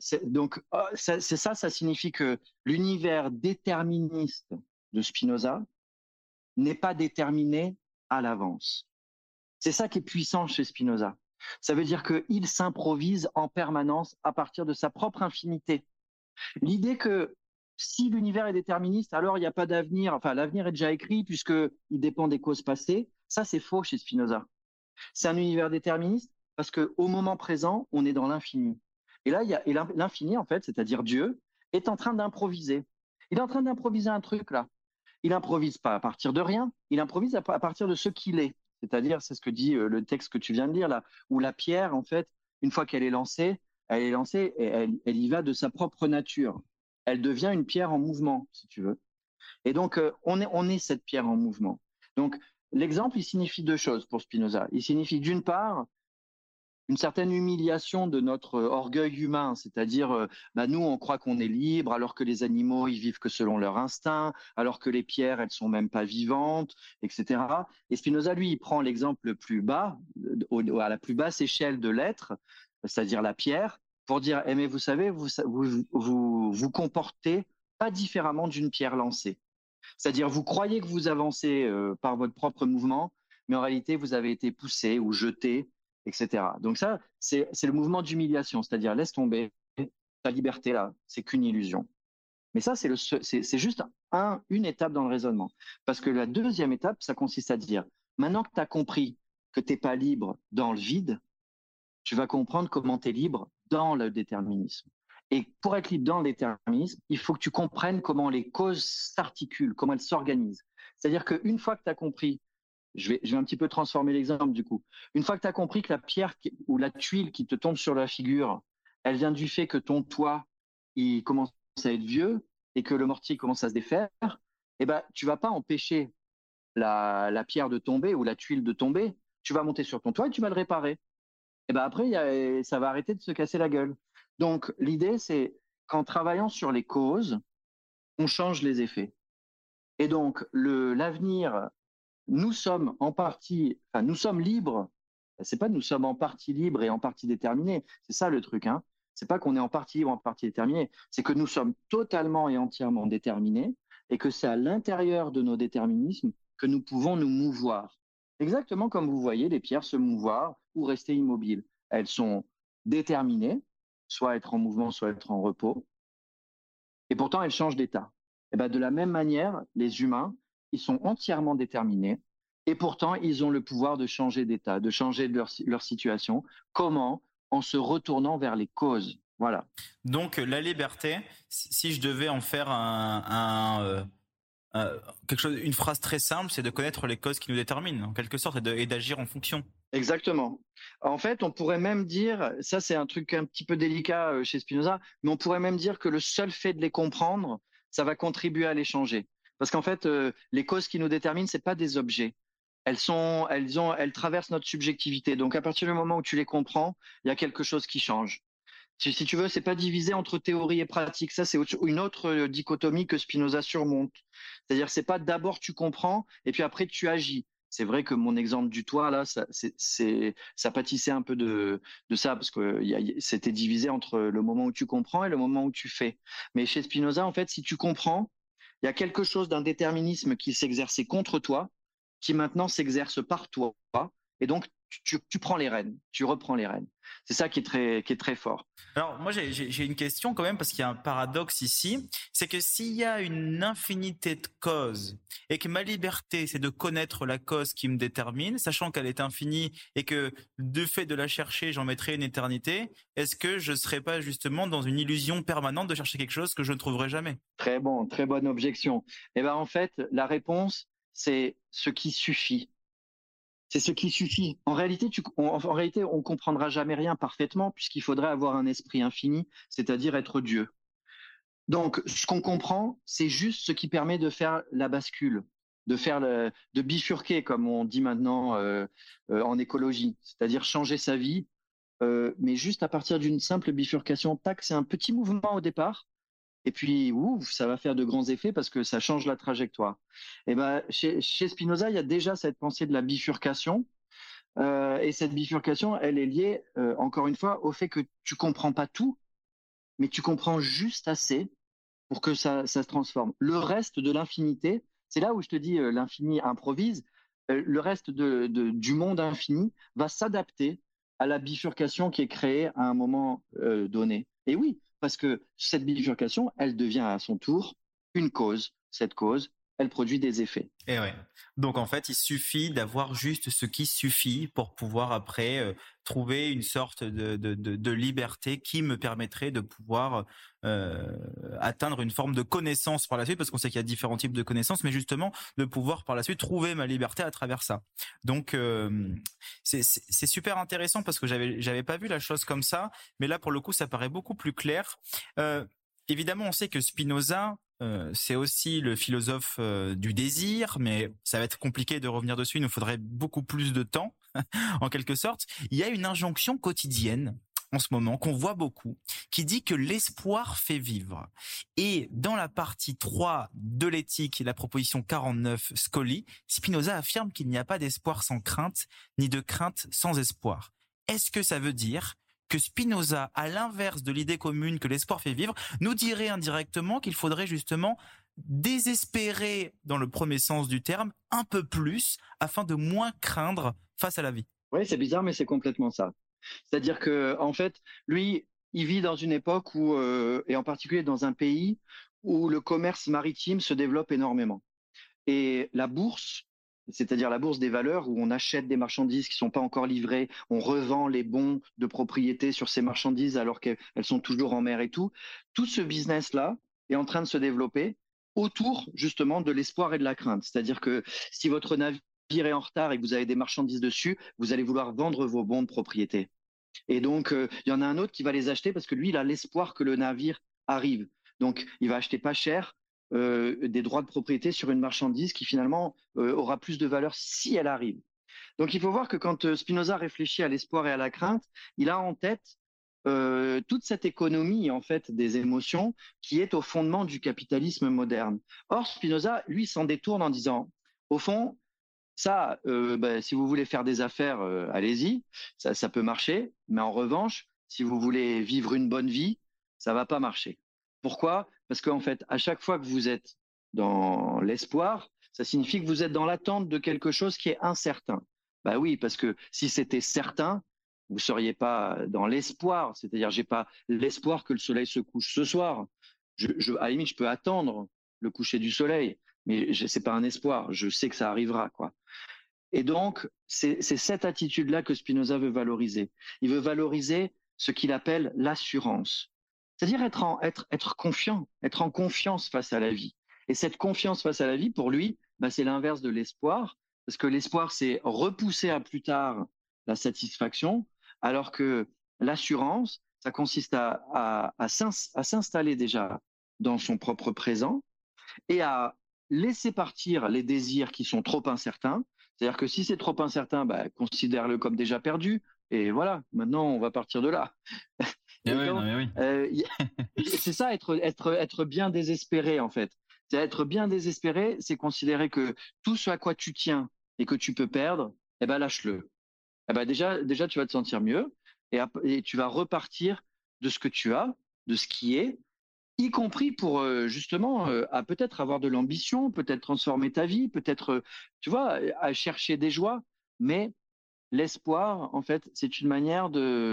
ça signifie que l'univers déterministe de Spinoza n'est pas déterminé à l'avance. C'est ça qui est puissant chez Spinoza. Ça veut dire qu'il s'improvise en permanence à partir de sa propre infinité. L'idée que si l'univers est déterministe, alors il n'y a pas d'avenir, enfin l'avenir est déjà écrit puisqu'il dépend des causes passées, ça c'est faux chez Spinoza. C'est un univers déterministe parce qu'au moment présent, on est dans l'infini. Et là, l'infini, en fait, c'est-à-dire Dieu, est en train d'improviser. Il est en train d'improviser un truc là. Il improvise pas à partir de rien, il improvise à partir de ce qu'il est. C'est-à-dire, c'est ce que dit le texte que tu viens de lire là, où la pierre, en fait, une fois qu'elle est lancée, et elle y va de sa propre nature. Elle devient une pierre en mouvement, si tu veux. Et donc, on est cette pierre en mouvement. Donc, l'exemple, il signifie deux choses pour Spinoza. Il signifie d'une part une certaine humiliation de notre orgueil humain, c'est-à-dire nous on croit qu'on est libre alors que les animaux ils vivent que selon leur instinct, alors que les pierres elles sont même pas vivantes, etc. Et Spinoza lui il prend l'exemple le plus bas, à la plus basse échelle de l'être, c'est-à-dire la pierre, pour dire mais vous savez vous comportez pas différemment d'une pierre lancée. C'est-à-dire vous croyez que vous avancez par votre propre mouvement, mais en réalité vous avez été poussé ou jeté, etc. Donc ça, c'est le mouvement d'humiliation, c'est-à-dire laisse tomber, ta liberté là, c'est qu'une illusion. Mais ça, c'est juste une étape dans le raisonnement. Parce que la deuxième étape, ça consiste à dire, maintenant que tu as compris que tu n'es pas libre dans le vide, tu vas comprendre comment tu es libre dans le déterminisme. Et pour être libre dans le déterminisme, il faut que tu comprennes comment les causes s'articulent, comment elles s'organisent. C'est-à-dire qu'une fois que tu as compris, je vais un petit peu transformer l'exemple du coup. Une fois que tu as compris que la pierre ou la tuile qui te tombe sur la figure, elle vient du fait que ton toit, il commence à être vieux et que le mortier commence à se défaire, tu vas pas empêcher la pierre de tomber ou la tuile de tomber. Tu vas monter sur ton toit et tu vas le réparer. Après, ça va arrêter de se casser la gueule. Donc, l'idée, c'est qu'en travaillant sur les causes, on change les effets. Et donc, l'avenir, nous sommes libres. C'est pas nous sommes en partie libres et en partie déterminés. C'est ça le truc, hein. C'est pas qu'on est en partie libre, en partie déterminé. C'est que nous sommes totalement et entièrement déterminés et que c'est à l'intérieur de nos déterminismes que nous pouvons nous mouvoir. Exactement comme vous voyez les pierres se mouvoir ou rester immobiles. Elles sont déterminées, soit être en mouvement, soit être en repos, et pourtant elles changent d'état. Et ben, de la même manière, les humains, ils sont entièrement déterminés, et pourtant ils ont le pouvoir de changer d'état, de changer de leur situation. Comment? En se retournant vers les causes. Voilà. Donc la liberté, si je devais en faire quelque chose, une phrase très simple, c'est de connaître les causes qui nous déterminent, en quelque sorte, et d'agir en fonction. Exactement. En fait, on pourrait même dire, ça c'est un truc un petit peu délicat chez Spinoza, mais on pourrait même dire que le seul fait de les comprendre, ça va contribuer à les changer. Parce qu'en fait, les causes qui nous déterminent, c'est pas des objets. Elles traversent notre subjectivité. Donc à partir du moment où tu les comprends, il y a quelque chose qui change. Si tu veux, c'est pas divisé entre théorie et pratique. Ça, c'est une autre dichotomie que Spinoza surmonte. C'est-à-dire, c'est pas d'abord tu comprends et puis après tu agis. C'est vrai que mon exemple du toit là, ça pâtissait un peu de ça parce que c'était divisé entre le moment où tu comprends et le moment où tu fais. Mais chez Spinoza, en fait, si tu comprends, il y a quelque chose d'un déterminisme qui s'exerçait contre toi, qui maintenant s'exerce par toi, et donc tu prends les rênes, tu reprends les rênes. C'est ça qui est très fort. Alors moi j'ai une question quand même parce qu'il y a un paradoxe ici, c'est que s'il y a une infinité de causes et que ma liberté c'est de connaître la cause qui me détermine, sachant qu'elle est infinie et que de fait de la chercher j'en mettrai une éternité, est-ce que je serais pas justement dans une illusion permanente de chercher quelque chose que je ne trouverai jamais? Très bon, très bonne objection. Eh ben en fait, la réponse c'est ce qui suffit. C'est ce qui suffit. En réalité, on comprendra jamais rien parfaitement puisqu'il faudrait avoir un esprit infini, c'est-à-dire être Dieu. Donc, ce qu'on comprend, c'est juste ce qui permet de faire la bascule, de bifurquer, comme on dit maintenant en écologie, c'est-à-dire changer sa vie, mais juste à partir d'une simple bifurcation. Tac, c'est un petit mouvement au départ, et puis ouf, ça va faire de grands effets parce que ça change la trajectoire. Et ben, chez Spinoza, il y a déjà cette pensée de la bifurcation, et cette bifurcation, elle est liée, encore une fois, au fait que tu comprends pas tout, mais tu comprends juste assez pour que ça se transforme. Le reste de l'infinité, c'est là où je te dis l'infini improvise, le reste du monde infini va s'adapter à la bifurcation qui est créée à un moment donné. Et oui, parce que cette bifurcation, elle devient à son tour une cause. Cette cause, elle produit des effets. Et ouais. Donc en fait, il suffit d'avoir juste ce qui suffit pour pouvoir après trouver une sorte de liberté qui me permettrait de pouvoir atteindre une forme de connaissance par la suite, parce qu'on sait qu'il y a différents types de connaissances, mais justement de pouvoir par la suite trouver ma liberté à travers ça. Donc c'est super intéressant parce que j'avais pas vu la chose comme ça, mais là pour le coup ça paraît beaucoup plus clair. Évidemment, on sait que Spinoza, c'est aussi le philosophe du désir, mais ça va être compliqué de revenir dessus, il nous faudrait beaucoup plus de temps, en quelque sorte. Il y a une injonction quotidienne en ce moment qu'on voit beaucoup, qui dit que l'espoir fait vivre. Et dans la partie 3 de l'éthique, la proposition 49 Scoli, Spinoza affirme qu'il n'y a pas d'espoir sans crainte, ni de crainte sans espoir. Est-ce que ça veut dire que Spinoza, à l'inverse de l'idée commune que l'espoir fait vivre, nous dirait indirectement qu'il faudrait justement désespérer, dans le premier sens du terme, un peu plus, afin de moins craindre face à la vie? Oui, c'est bizarre, mais c'est complètement ça. C'est-à-dire que, en fait, lui, il vit dans une époque où, et en particulier dans un pays où le commerce maritime se développe énormément. Et la bourse, c'est-à-dire la bourse des valeurs où on achète des marchandises qui sont pas encore livrées, on revend les bons de propriété sur ces marchandises alors qu'elles sont toujours en mer et tout ce business-là est en train de se développer autour justement de l'espoir et de la crainte. C'est-à-dire que si votre navire est en retard et que vous avez des marchandises dessus, vous allez vouloir vendre vos bons de propriété. Et donc, il y en a un autre qui va les acheter parce que lui, il a l'espoir que le navire arrive. Donc, il va acheter pas cher des droits de propriété sur une marchandise qui finalement aura plus de valeur si elle arrive. Donc, il faut voir que quand Spinoza réfléchit à l'espoir et à la crainte, il a en tête toute cette économie en fait des émotions qui est au fondement du capitalisme moderne. Or, Spinoza, lui, s'en détourne en disant, au fond, ça, si vous voulez faire des affaires, allez-y, ça peut marcher. Mais en revanche, si vous voulez vivre une bonne vie, ça va pas marcher. Pourquoi? Parce qu'en fait, à chaque fois que vous êtes dans l'espoir, Ça signifie que vous êtes dans l'attente de quelque chose qui est incertain. Bah oui, parce que si c'était certain, vous seriez pas dans l'espoir. C'est-à-dire, j'ai pas l'espoir que le soleil se couche ce soir. À la limite, je peux attendre le coucher du soleil, mais c'est pas un espoir. Je sais que ça arrivera, quoi. Et donc, c'est cette attitude-là que Spinoza veut valoriser. Il veut valoriser ce qu'il appelle l'assurance. C'est-à-dire être confiant, être en confiance face à la vie. Et cette confiance face à la vie, pour lui, bah, c'est l'inverse de l'espoir, parce que l'espoir, c'est repousser à plus tard la satisfaction, alors que l'assurance, ça consiste à s'installer déjà dans son propre présent et à laisser partir les désirs qui sont trop incertains. C'est-à-dire que si c'est trop incertain, bah, considère-le comme déjà perdu. Et voilà, maintenant, on va partir de là. Ah Et ouais, non, donc, mais oui. c'est ça, être bien désespéré, en fait. C'est être bien désespéré, c'est considérer que tout ce à quoi tu tiens et que tu peux perdre, eh ben, lâche-le. Eh ben, déjà, tu vas te sentir mieux et tu vas repartir de ce que tu as, de ce qui est, y compris pour justement à peut-être avoir de l'ambition, peut-être transformer ta vie, peut-être, tu vois, à chercher des joies. Mais l'espoir, en fait, c'est une manière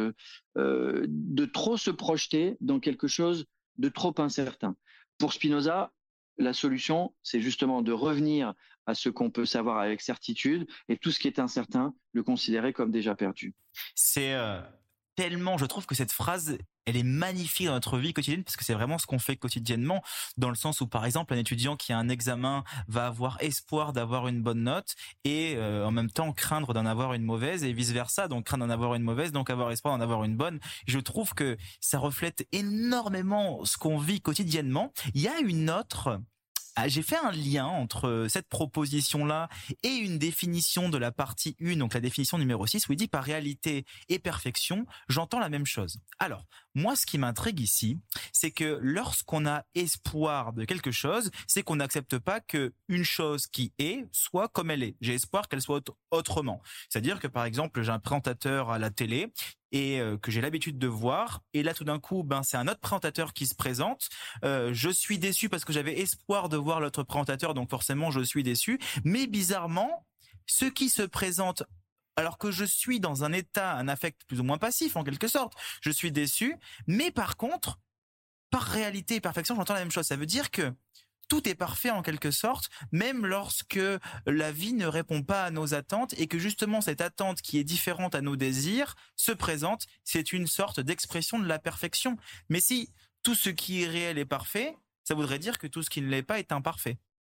de trop se projeter dans quelque chose de trop incertain. Pour Spinoza, la solution, c'est justement de revenir à ce qu'on peut savoir avec certitude et tout ce qui est incertain, le considérer comme déjà perdu. C'est tellement, je trouve que cette phrase, elle est magnifique dans notre vie quotidienne parce que c'est vraiment ce qu'on fait quotidiennement, dans le sens où, par exemple, un étudiant qui a un examen va avoir espoir d'avoir une bonne note et en même temps craindre d'en avoir une mauvaise et vice versa, donc craindre d'en avoir une mauvaise, donc avoir espoir d'en avoir une bonne. Je trouve que ça reflète énormément ce qu'on vit quotidiennement. Il y a une autre... J'ai fait un lien entre cette proposition-là et une définition de la partie 1, donc la définition numéro 6, où il dit par réalité et perfection, j'entends la même chose. Alors, moi, ce qui m'intrigue ici, c'est que lorsqu'on a espoir de quelque chose, c'est qu'on n'accepte pas que une chose qui est soit comme elle est. J'ai espoir qu'elle soit autrement. C'est-à-dire que, par exemple, j'ai un présentateur à la télé et que j'ai l'habitude de voir, et là tout d'un coup c'est un autre présentateur qui se présente, je suis déçu parce que j'avais espoir de voir l'autre présentateur, donc forcément je suis déçu, mais bizarrement ce qui se présente alors que je suis dans un état, un affect plus ou moins passif en quelque sorte, je suis déçu, mais par contre par réalité et perfection j'entends la même chose. Ça veut dire que tout est parfait en quelque sorte, même lorsque la vie ne répond pas à nos attentes et que justement cette attente qui est différente à nos désirs se présente, c'est une sorte d'expression de la perfection. Mais si tout ce qui est réel est parfait, ça voudrait dire que tout ce qui ne l'est pas est imparfait.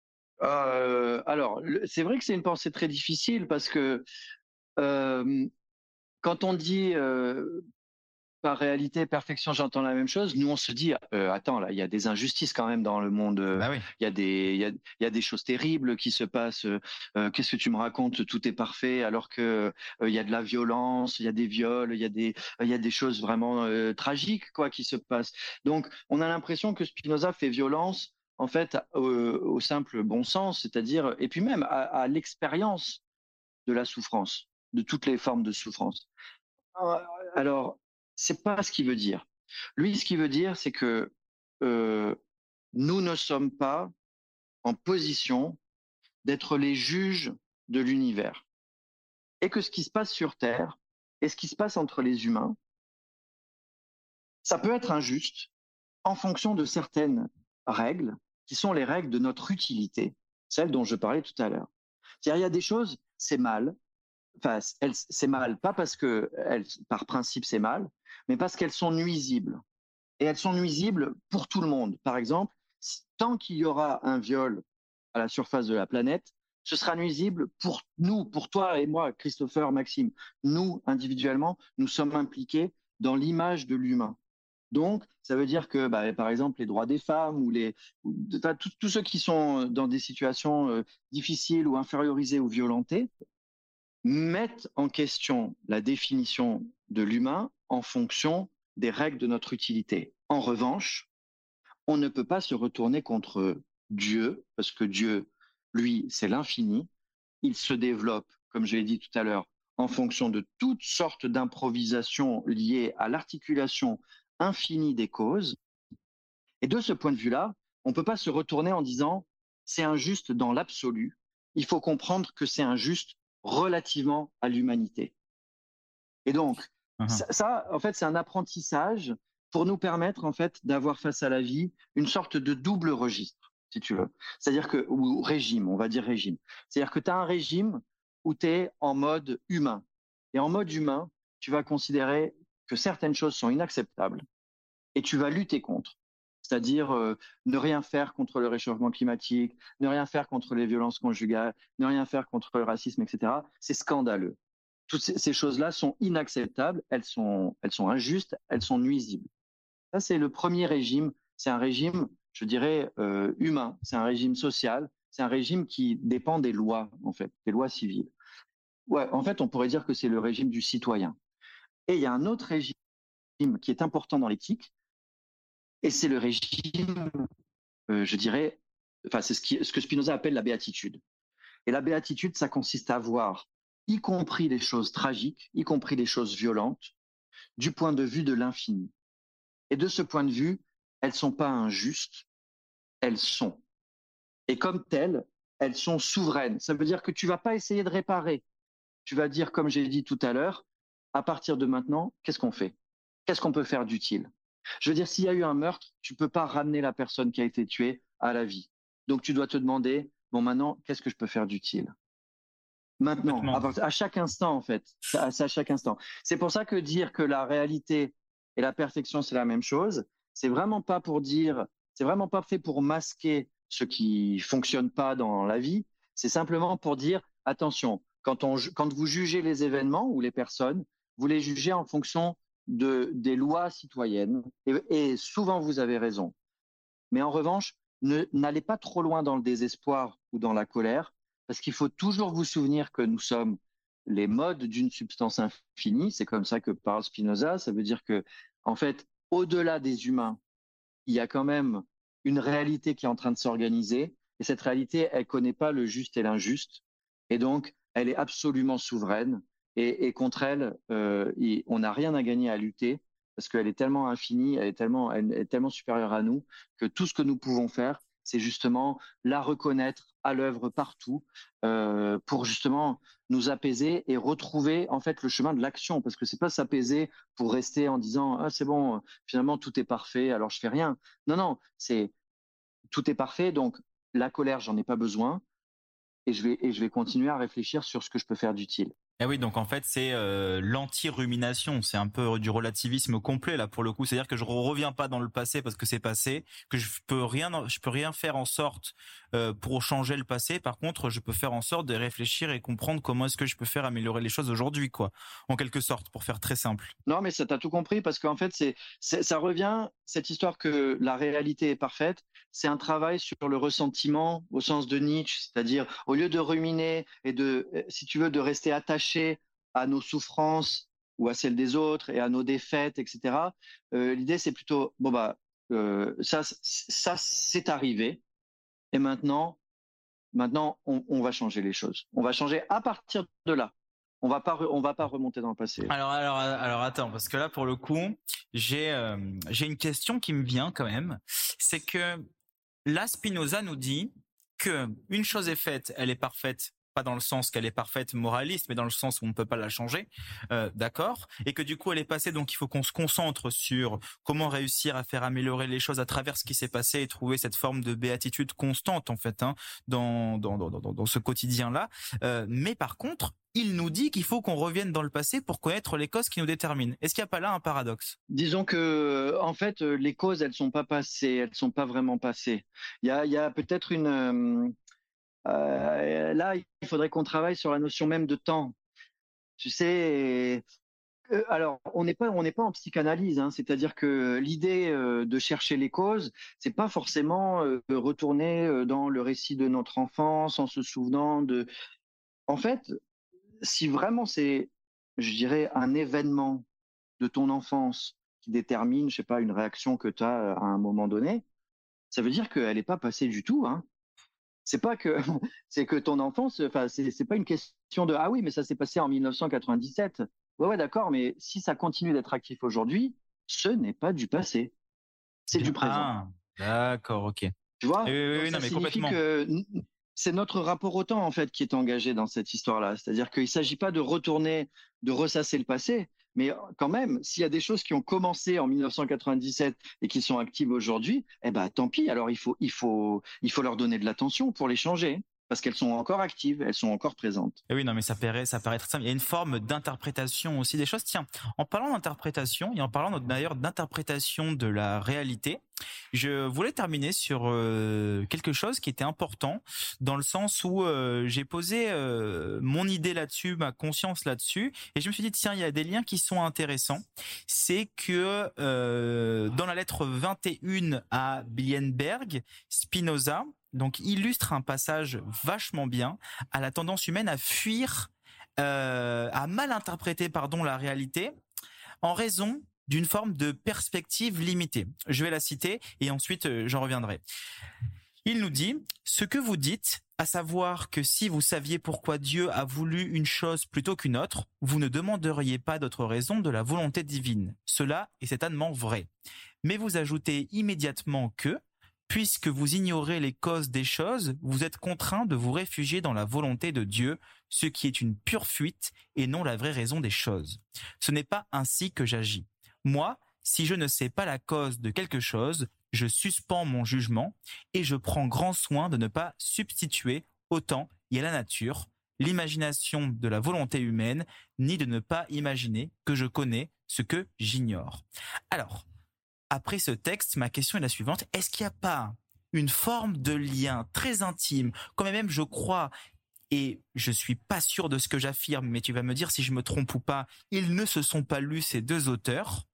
Alors, c'est vrai que c'est une pensée très difficile parce que euh, quand on dit par réalité, perfection, j'entends la même chose. Nous, on se dit, attends, là, il y a des injustices quand même dans le monde. Bah oui. Il y a des choses terribles qui se passent. Qu'est-ce que tu me racontes? Tout est parfait, alors que il y a de la violence, il y a des viols, il y a des choses vraiment tragiques, quoi, qui se passent. Donc, on a l'impression que Spinoza fait violence, en fait, au simple bon sens, c'est-à-dire, et puis même à l'expérience de la souffrance, de toutes les formes de souffrance. Alors, c'est pas ce qu'il veut dire. Lui, ce qu'il veut dire, c'est que euh, nous ne sommes pas en position d'être les juges de l'univers. Et que ce qui se passe sur Terre et ce qui se passe entre les humains, ça peut être injuste en fonction de certaines règles qui sont les règles de notre utilité, celles dont je parlais tout à l'heure. C'est-à-dire, il y a des choses, c'est mal. Enfin, c'est mal, pas parce que par principe c'est mal, mais parce qu'elles sont nuisibles. Et elles sont nuisibles pour tout le monde. Par exemple, tant qu'il y aura un viol à la surface de la planète, ce sera nuisible pour nous, pour toi et moi, Christopher, Maxime. Nous, individuellement, nous sommes impliqués dans l'image de l'humain. Donc, ça veut dire que, bah, par exemple, les droits des femmes enfin, tous ceux qui sont dans des situations difficiles ou infériorisées ou violentées mettent en question la définition de l'humain en fonction des règles de notre utilité. En revanche, on ne peut pas se retourner contre Dieu, parce que Dieu, lui, c'est l'infini. Il se développe, comme je l'ai dit tout à l'heure, en fonction de toutes sortes d'improvisations liées à l'articulation infinie des causes. Et de ce point de vue-là, on ne peut pas se retourner en disant c'est injuste dans l'absolu. Il faut comprendre que c'est injuste relativement à l'humanité. Et donc, ça, en fait, c'est un apprentissage pour nous permettre, en fait, d'avoir face à la vie une sorte de double registre, si tu veux. C'est-à-dire que, ou régime, on va dire régime. C'est-à-dire que tu as un régime où tu es en mode humain. Et en mode humain, tu vas considérer que certaines choses sont inacceptables et tu vas lutter contre. C'est-à-dire ne rien faire contre le réchauffement climatique, ne rien faire contre les violences conjugales, ne rien faire contre le racisme, etc. C'est scandaleux. Toutes ces choses-là sont inacceptables, elles sont injustes, elles sont nuisibles. Ça, c'est le premier régime. C'est un régime, je dirais, humain. C'est un régime social. C'est un régime qui dépend des lois, en fait, des lois civiles. Ouais, en fait, on pourrait dire que c'est le régime du citoyen. Et il y a un autre régime qui est important dans l'éthique, et c'est le régime, je dirais, enfin, c'est ce que Spinoza appelle la béatitude. Et la béatitude, ça consiste à voir, y compris les choses tragiques, y compris les choses violentes, du point de vue de l'infini. Et de ce point de vue, elles sont pas injustes, elles sont. Et comme telles, elles sont souveraines. Ça veut dire que tu vas pas essayer de réparer. Tu vas dire, comme j'ai dit tout à l'heure, à partir de maintenant, qu'est-ce qu'on fait? Qu'est-ce qu'on peut faire d'utile? Je veux dire, s'il y a eu un meurtre, tu peux pas ramener la personne qui a été tuée à la vie. Donc tu dois te demander, bon maintenant, qu'est-ce que je peux faire d'utile? Maintenant, à chaque instant en fait, c'est à chaque instant. C'est pour ça que dire que la réalité et la perfection c'est la même chose, c'est vraiment pas pour dire, c'est vraiment pas fait pour masquer ce qui fonctionne pas dans la vie. C'est simplement pour dire attention, quand vous jugez les événements ou les personnes, vous les jugez en fonction des lois citoyennes et souvent vous avez raison. Mais en revanche, n'allez pas trop loin dans le désespoir ou dans la colère, parce qu'il faut toujours vous souvenir que nous sommes les modes d'une substance infinie. C'est comme ça que parle Spinoza. Ça veut dire que, en fait, au-delà des humains, il y a quand même une réalité qui est en train de s'organiser. Et cette réalité, elle connaît pas le juste et l'injuste. Et donc, elle est absolument souveraine. Et contre elle, on n'a rien à gagner à lutter parce qu'elle est tellement infinie, elle est tellement supérieure à nous que tout ce que nous pouvons faire, c'est justement la reconnaître à l'œuvre partout pour justement nous apaiser et retrouver en fait le chemin de l'action parce que c'est pas s'apaiser pour rester en disant ah c'est bon finalement tout est parfait alors je fais rien. Non non, c'est tout est parfait donc la colère j'en ai pas besoin et je vais continuer à réfléchir sur ce que je peux faire d'utile. Ah oui, donc en fait c'est l'anti-rumination, c'est un peu du relativisme complet là pour le coup, c'est-à-dire que je reviens pas dans le passé parce que c'est passé, que je peux rien faire en sorte pour changer le passé. Par contre, je peux faire en sorte de réfléchir et comprendre comment est-ce que je peux faire améliorer les choses aujourd'hui, quoi, en quelque sorte, pour faire très simple. Non, mais ça t'as tout compris parce qu'en fait, ça revient cette histoire que la réalité est parfaite. C'est un travail sur le ressentiment au sens de Nietzsche, c'est-à-dire au lieu de ruminer et de, si tu veux, de rester attaché à nos souffrances ou à celles des autres et à nos défaites, etc. L'idée, c'est plutôt bon bah ça c'est arrivé et maintenant on va changer les choses. On va changer à partir de là. On va pas remonter dans le passé. Alors attends, parce que là pour le coup, j'ai une question qui me vient quand même, c'est que là Spinoza nous dit que une chose est faite, elle est parfaite, pas dans le sens qu'elle est parfaite moraliste, mais dans le sens où on ne peut pas la changer, d'accord, et que du coup elle est passée, donc il faut qu'on se concentre sur comment réussir à faire améliorer les choses à travers ce qui s'est passé et trouver cette forme de béatitude constante en fait, hein, dans ce quotidien-là. Mais par contre, il nous dit qu'il faut qu'on revienne dans le passé pour connaître les causes qui nous déterminent. Est-ce qu'il n'y a pas là un paradoxe? Disons que, en fait, les causes, elles sont pas passées, elles sont pas vraiment passées. Il y a peut-être là, il faudrait qu'on travaille sur la notion même de temps. Tu sais, alors on n'est pas en psychanalyse, hein, c'est-à-dire que l'idée de chercher les causes, c'est pas forcément retourner dans le récit de notre enfance en se souvenant de. En fait, si vraiment c'est, je dirais, un événement de ton enfance qui détermine, je sais pas, une réaction que tu as à un moment donné, ça veut dire qu'elle n'est pas passée du tout, hein. C'est pas que c'est que ton enfance, enfin c'est pas une question de ah oui mais ça s'est passé en 1997. Ouais ouais d'accord mais si ça continue d'être actif aujourd'hui, ce n'est pas du passé, c'est du présent. Ah, d'accord, ok. Tu vois? Oui, Donc oui, ça non, mais signifie complètement. que c'est notre rapport au temps en fait qui est engagé dans cette histoire-là. C'est-à-dire qu'il ne s'agit pas de retourner, de ressasser le passé, mais quand même, s'il y a des choses qui ont commencé en 1997 et qui sont actives aujourd'hui, eh ben tant pis. Alors il faut leur donner de l'attention pour les changer parce qu'elles sont encore actives, elles sont encore présentes. Et oui, non, mais ça paraît très simple. Il y a une forme d'interprétation aussi des choses. Tiens, en parlant d'interprétation et en parlant d'ailleurs d'interprétation de la réalité, je voulais terminer sur quelque chose qui était important dans le sens où j'ai posé mon idée là-dessus, ma conscience là-dessus, et je me suis dit tiens, il y a des liens qui sont intéressants. C'est que dans la lettre 21 à Blienberg, Spinoza donc illustre un passage vachement bien à la tendance humaine à fuir, à mal interpréter pardon la réalité en raison d'une forme de perspective limitée. Je vais la citer et ensuite j'en reviendrai. Il nous dit « Ce que vous dites, à savoir que si vous saviez pourquoi Dieu a voulu une chose plutôt qu'une autre, vous ne demanderiez pas d'autre raison de la volonté divine. Cela est certainement vrai. Mais vous ajoutez immédiatement que, puisque vous ignorez les causes des choses, vous êtes contraint de vous réfugier dans la volonté de Dieu, ce qui est une pure fuite et non la vraie raison des choses. Ce n'est pas ainsi que j'agis. Moi, si je ne sais pas la cause de quelque chose, je suspends mon jugement et je prends grand soin de ne pas substituer au temps et à la nature l'imagination de la volonté humaine, ni de ne pas imaginer que je connais ce que j'ignore. » Alors, après ce texte, ma question est la suivante. Est-ce qu'il n'y a pas une forme de lien très intime, quand même je crois, et je suis pas sûr de ce que j'affirme, mais tu vas me dire si je me trompe ou pas, ils ne se sont pas lus ces deux auteurs.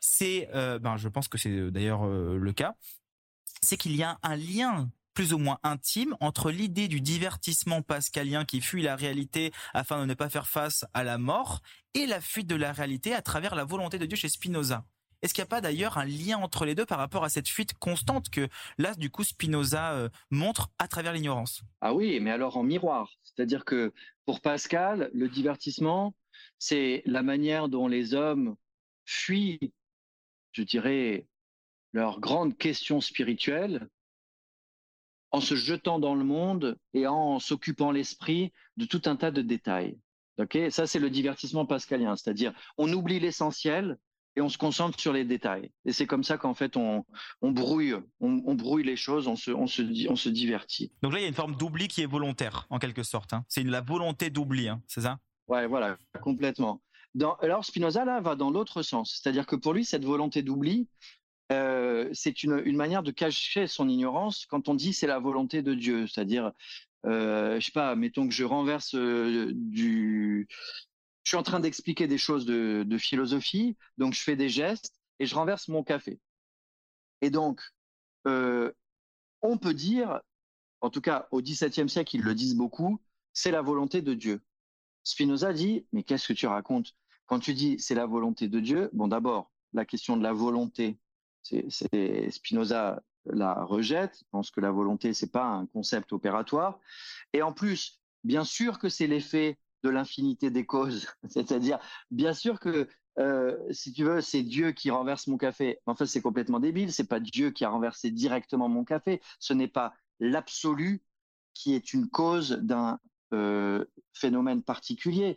Je pense que c'est d'ailleurs le cas. C'est qu'il y a un lien plus ou moins intime entre l'idée du divertissement pascalien qui fuit la réalité afin de ne pas faire face à la mort et la fuite de la réalité à travers la volonté de Dieu chez Spinoza. Est-ce qu'il n'y a pas d'ailleurs un lien entre les deux par rapport à cette fuite constante que là, du coup, Spinoza montre à travers l'ignorance? Ah oui, mais alors en miroir. C'est-à-dire que pour Pascal, le divertissement, c'est la manière dont les hommes fuient, je dirais, leurs grandes questions spirituelles en se jetant dans le monde et en s'occupant l'esprit de tout un tas de détails. Okay, ça, c'est le divertissement pascalien, c'est-à-dire on oublie l'essentiel et on se concentre sur les détails. Et c'est comme ça qu'en fait on brouille, on brouille les choses, on se divertit. Donc là, il y a une forme d'oubli qui est volontaire, en quelque sorte. Hein. C'est la volonté d'oubli, hein, c'est ça? Ouais, voilà, complètement. Alors Spinoza là va dans l'autre sens, c'est-à-dire que pour lui cette volonté d'oubli, c'est une manière de cacher son ignorance quand on dit c'est la volonté de Dieu, c'est-à-dire je sais pas, mettons que je renverse je suis en train d'expliquer des choses de philosophie, donc je fais des gestes et je renverse mon café. Et donc, euh, on peut dire, en tout cas au XVIIe siècle, ils le disent beaucoup, c'est la volonté de Dieu. Spinoza dit, mais qu'est-ce que tu racontes? Quand tu dis c'est la volonté de Dieu, bon d'abord, la question de la volonté, Spinoza la rejette, pense que la volonté, c'est pas un concept opératoire. Et en plus, bien sûr que c'est l'effet de l'infinité des causes. C'est-à-dire, bien sûr que, si tu veux, c'est Dieu qui renverse mon café. En fait, c'est complètement débile. C'est pas Dieu qui a renversé directement mon café. Ce n'est pas l'absolu qui est une cause d'un phénomène particulier.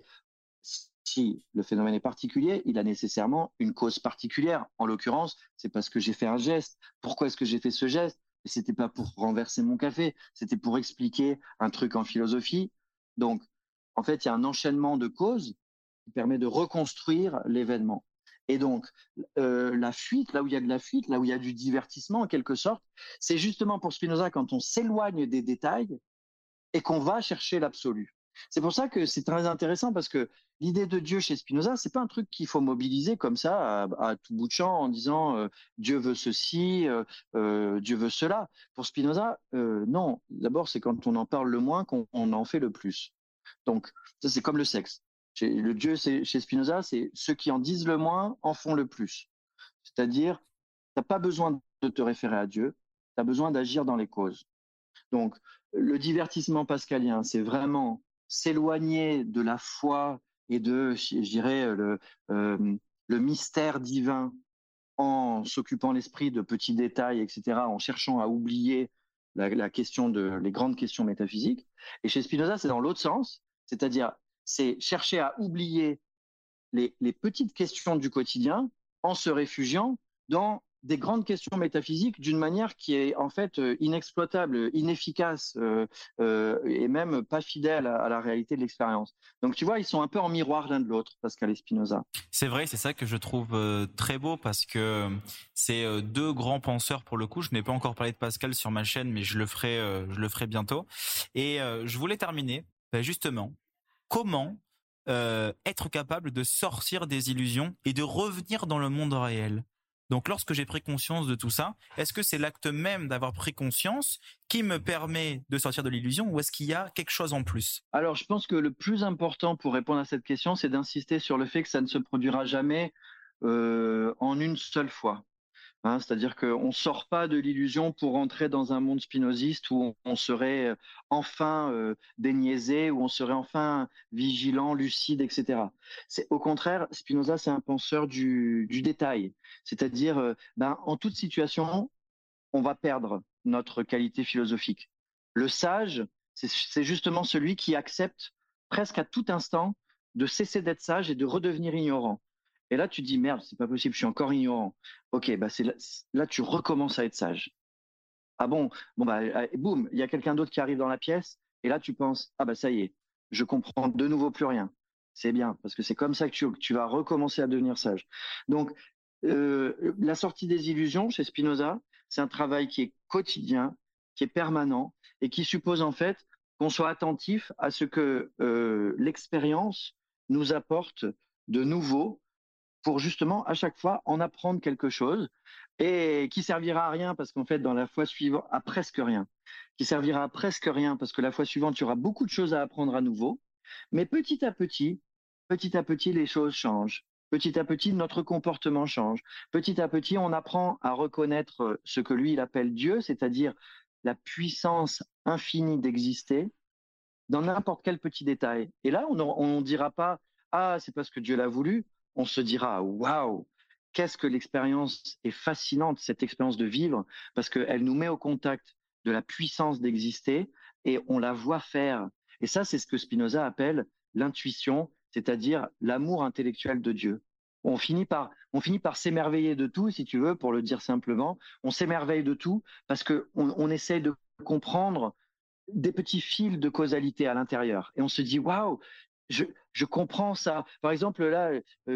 Si le phénomène est particulier, il a nécessairement une cause particulière. En l'occurrence, c'est parce que j'ai fait un geste. Pourquoi est-ce que j'ai fait ce geste? C'était pas pour renverser mon café, c'était pour expliquer un truc en philosophie. Donc, en fait, il y a un enchaînement de causes qui permet de reconstruire l'événement. Et donc, la fuite, là où il y a de la fuite, là où il y a du divertissement en quelque sorte, c'est justement pour Spinoza quand on s'éloigne des détails et qu'on va chercher l'absolu. C'est pour ça que c'est très intéressant parce que l'idée de Dieu chez Spinoza, c'est pas un truc qu'il faut mobiliser comme ça à tout bout de champ en disant Dieu veut ceci, Dieu veut cela. Pour Spinoza, non. D'abord, c'est quand on en parle le moins qu'on en fait le plus. Donc, ça c'est comme le sexe. Le Dieu chez Spinoza, c'est ceux qui en disent le moins en font le plus. C'est-à-dire, tu n'as pas besoin de te référer à Dieu, tu as besoin d'agir dans les causes. Donc, le divertissement pascalien, c'est vraiment s'éloigner de la foi et de, je dirais, le mystère divin en s'occupant l'esprit de petits détails, etc., en cherchant à oublier la question les grandes questions métaphysiques. Et chez Spinoza, c'est dans l'autre sens, c'est-à-dire c'est chercher à oublier les petites questions du quotidien en se réfugiant dans des grandes questions métaphysiques d'une manière qui est en fait inexploitable, inefficace et même pas fidèle à la réalité de l'expérience. Donc tu vois, ils sont un peu en miroir l'un de l'autre, Pascal et Spinoza. C'est vrai, c'est ça que je trouve très beau parce que c'est deux grands penseurs pour le coup. Je n'ai pas encore parlé de Pascal sur ma chaîne, mais je le ferai bientôt. Et je voulais terminer, justement, comment être capable de sortir des illusions et de revenir dans le monde réel. Donc lorsque j'ai pris conscience de tout ça, est-ce que c'est l'acte même d'avoir pris conscience qui me permet de sortir de l'illusion ou est-ce qu'il y a quelque chose en plus? Alors je pense que le plus important pour répondre à cette question, c'est d'insister sur le fait que ça ne se produira jamais en une seule fois. Hein, c'est-à-dire qu'on ne sort pas de l'illusion pour entrer dans un monde spinoziste où on serait enfin déniaisé, où on serait enfin vigilant, lucide, etc. Au contraire, Spinoza, c'est un penseur du détail. C'est-à-dire, en toute situation, on va perdre notre qualité philosophique. Le sage, c'est justement celui qui accepte presque à tout instant de cesser d'être sage et de redevenir ignorant. Et là, tu dis, merde, c'est pas possible, je suis encore ignorant. Ok, là, tu recommences à être sage. Ah bon, boum, il y a quelqu'un d'autre qui arrive dans la pièce, et là, tu penses, ah bah ça y est, je comprends de nouveau plus rien. C'est bien, parce que c'est comme ça que tu vas recommencer à devenir sage. Donc, la sortie des illusions chez Spinoza, c'est un travail qui est quotidien, qui est permanent, et qui suppose en fait qu'on soit attentif à ce que l'expérience nous apporte de nouveau pour justement à chaque fois en apprendre quelque chose et qui servira à rien parce qu'en fait dans la fois suivante à presque rien, qui servira à presque rien parce que la fois suivante tu auras beaucoup de choses à apprendre à nouveau, mais petit à petit les choses changent. Petit à petit, notre comportement change. Petit à petit, on apprend à reconnaître ce que lui, il appelle Dieu, c'est-à-dire la puissance infinie d'exister dans n'importe quel petit détail. Et là, on ne dira pas, ah, c'est parce que Dieu l'a voulu. On se dira, waouh, qu'est-ce que l'expérience est fascinante, cette expérience de vivre, parce qu'elle nous met au contact de la puissance d'exister et on la voit faire. Et ça, c'est ce que Spinoza appelle l'intuition, c'est-à-dire l'amour intellectuel de Dieu. On finit par s'émerveiller de tout, si tu veux, pour le dire simplement. On s'émerveille de tout parce qu'on essaye de comprendre des petits fils de causalité à l'intérieur. Et on se dit, waouh, je comprends ça. Par exemple, là,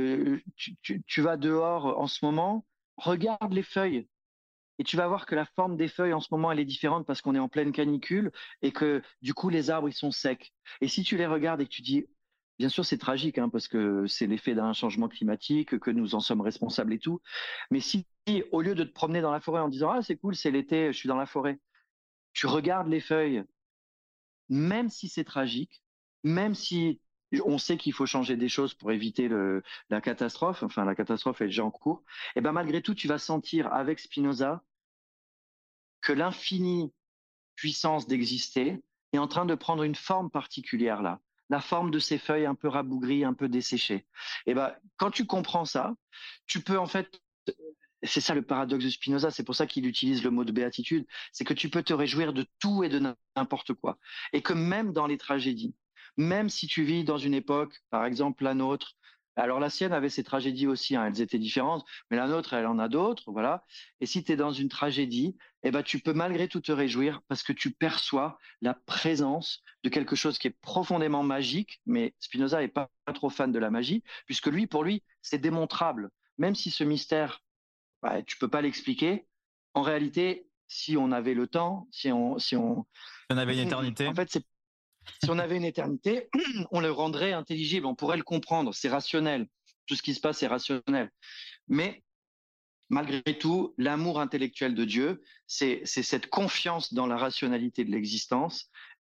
tu vas dehors en ce moment, regarde les feuilles. Et tu vas voir que la forme des feuilles en ce moment, elle est différente parce qu'on est en pleine canicule et que du coup, les arbres, ils sont secs. Et si tu les regardes et que tu dis, bien sûr, c'est tragique hein, parce que c'est l'effet d'un changement climatique, que nous en sommes responsables et tout. Mais si, au lieu de te promener dans la forêt en disant, ah, c'est cool, c'est l'été, je suis dans la forêt, tu regardes les feuilles même si c'est tragique, même si on sait qu'il faut changer des choses pour éviter la catastrophe, enfin la catastrophe est déjà en cours, et ben malgré tout, tu vas sentir avec Spinoza que l'infinie puissance d'exister est en train de prendre une forme particulière là, la forme de ces feuilles un peu rabougries, un peu desséchées. Et ben quand tu comprends ça, tu peux en fait c'est ça le paradoxe de Spinoza, c'est pour ça qu'il utilise le mot de béatitude, c'est que tu peux te réjouir de tout et de n'importe quoi. Et que même dans les tragédies, même si tu vis dans une époque, par exemple la nôtre, alors la sienne avait ses tragédies aussi, hein, elles étaient différentes, mais la nôtre, elle en a d'autres, voilà. Et si tu es dans une tragédie, eh ben, tu peux malgré tout te réjouir parce que tu perçois la présence de quelque chose qui est profondément magique, mais Spinoza n'est pas trop fan de la magie, puisque lui, pour lui, c'est démontrable. Même si ce mystère tu peux pas l'expliquer. En réalité, si on avait le temps, Si on avait une éternité. en fait, si on avait une éternité, on le rendrait intelligible, on pourrait le comprendre, c'est rationnel. Tout ce qui se passe est rationnel. Mais malgré tout, l'amour intellectuel de Dieu, c'est cette confiance dans la rationalité de l'existence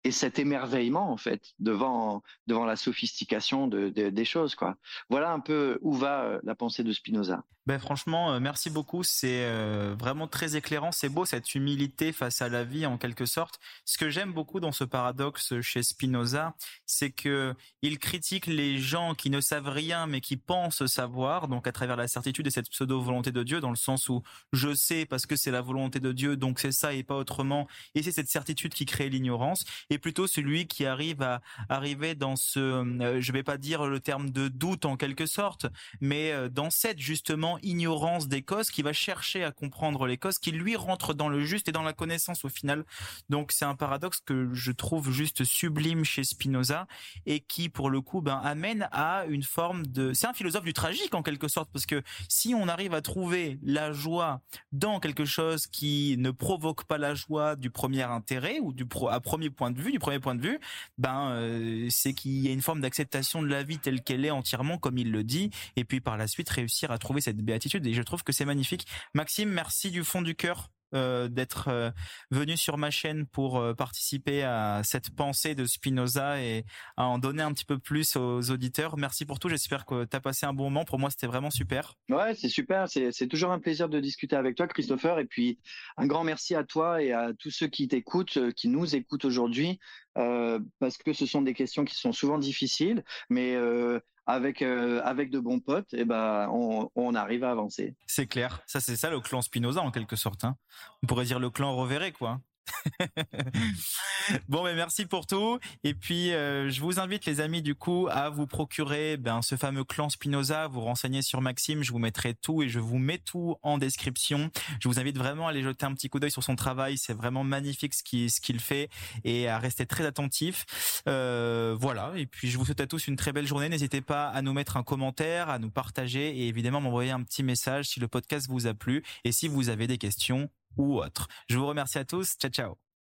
cet émerveillement en fait devant la sophistication des choses, quoi. Voilà un peu où va la pensée de Spinoza. Ben franchement, merci beaucoup. C'est vraiment très éclairant. C'est beau cette humilité face à la vie en quelque sorte. Ce que j'aime beaucoup dans ce paradoxe chez Spinoza, c'est que il critique les gens qui ne savent rien mais qui pensent savoir, donc à travers la certitude et cette pseudo-volonté de Dieu, dans le sens où je sais parce que c'est la volonté de Dieu, donc c'est ça et pas autrement. Et c'est cette certitude qui crée l'ignorance. Et plutôt celui qui arrive à arriver dans ce, je vais pas dire le terme de doute en quelque sorte, mais dans cette justement ignorance des causes, qui va chercher à comprendre les causes, qui lui rentre dans le juste et dans la connaissance au final. Donc c'est un paradoxe que je trouve juste sublime chez Spinoza et qui pour le coup amène à une forme de... C'est un philosophe du tragique en quelque sorte, parce que si on arrive à trouver la joie dans quelque chose qui ne provoque pas la joie du premier intérêt ou à premier point de vue, du premier point de vue, c'est qu'il y a une forme d'acceptation de la vie telle qu'elle est entièrement comme il le dit, et puis par la suite réussir à trouver cette béatitude. Et je trouve que c'est magnifique. Maxime, merci du fond du cœur d'être venu sur ma chaîne pour participer à cette pensée de Spinoza et à en donner un petit peu plus aux auditeurs. Merci pour tout, j'espère que tu as passé un bon moment. Pour moi, c'était vraiment super. Ouais, c'est super, c'est toujours un plaisir de discuter avec toi, Christopher, et puis un grand merci à toi et à tous ceux qui t'écoutent, qui nous écoutent aujourd'hui, parce que ce sont des questions qui sont souvent difficiles, mais avec de bons potes, on arrive à avancer. C'est clair, ça c'est ça le clan Spinoza en quelque sorte, hein. On pourrait dire le clan Reverré, quoi. Bon, mais merci pour tout. Et puis, je vous invite, les amis, du coup, à vous procurer ce fameux clan Spinoza, vous renseigner sur Maxime. Je vous mettrai tout et je vous mets tout en description. Je vous invite vraiment à aller jeter un petit coup d'œil sur son travail. C'est vraiment magnifique ce qu'il fait et à rester très attentif. Voilà. Et puis, je vous souhaite à tous une très belle journée. N'hésitez pas à nous mettre un commentaire, à nous partager et évidemment m'envoyer un petit message si le podcast vous a plu et si vous avez des questions ou autre. Je vous remercie à tous. Ciao, ciao.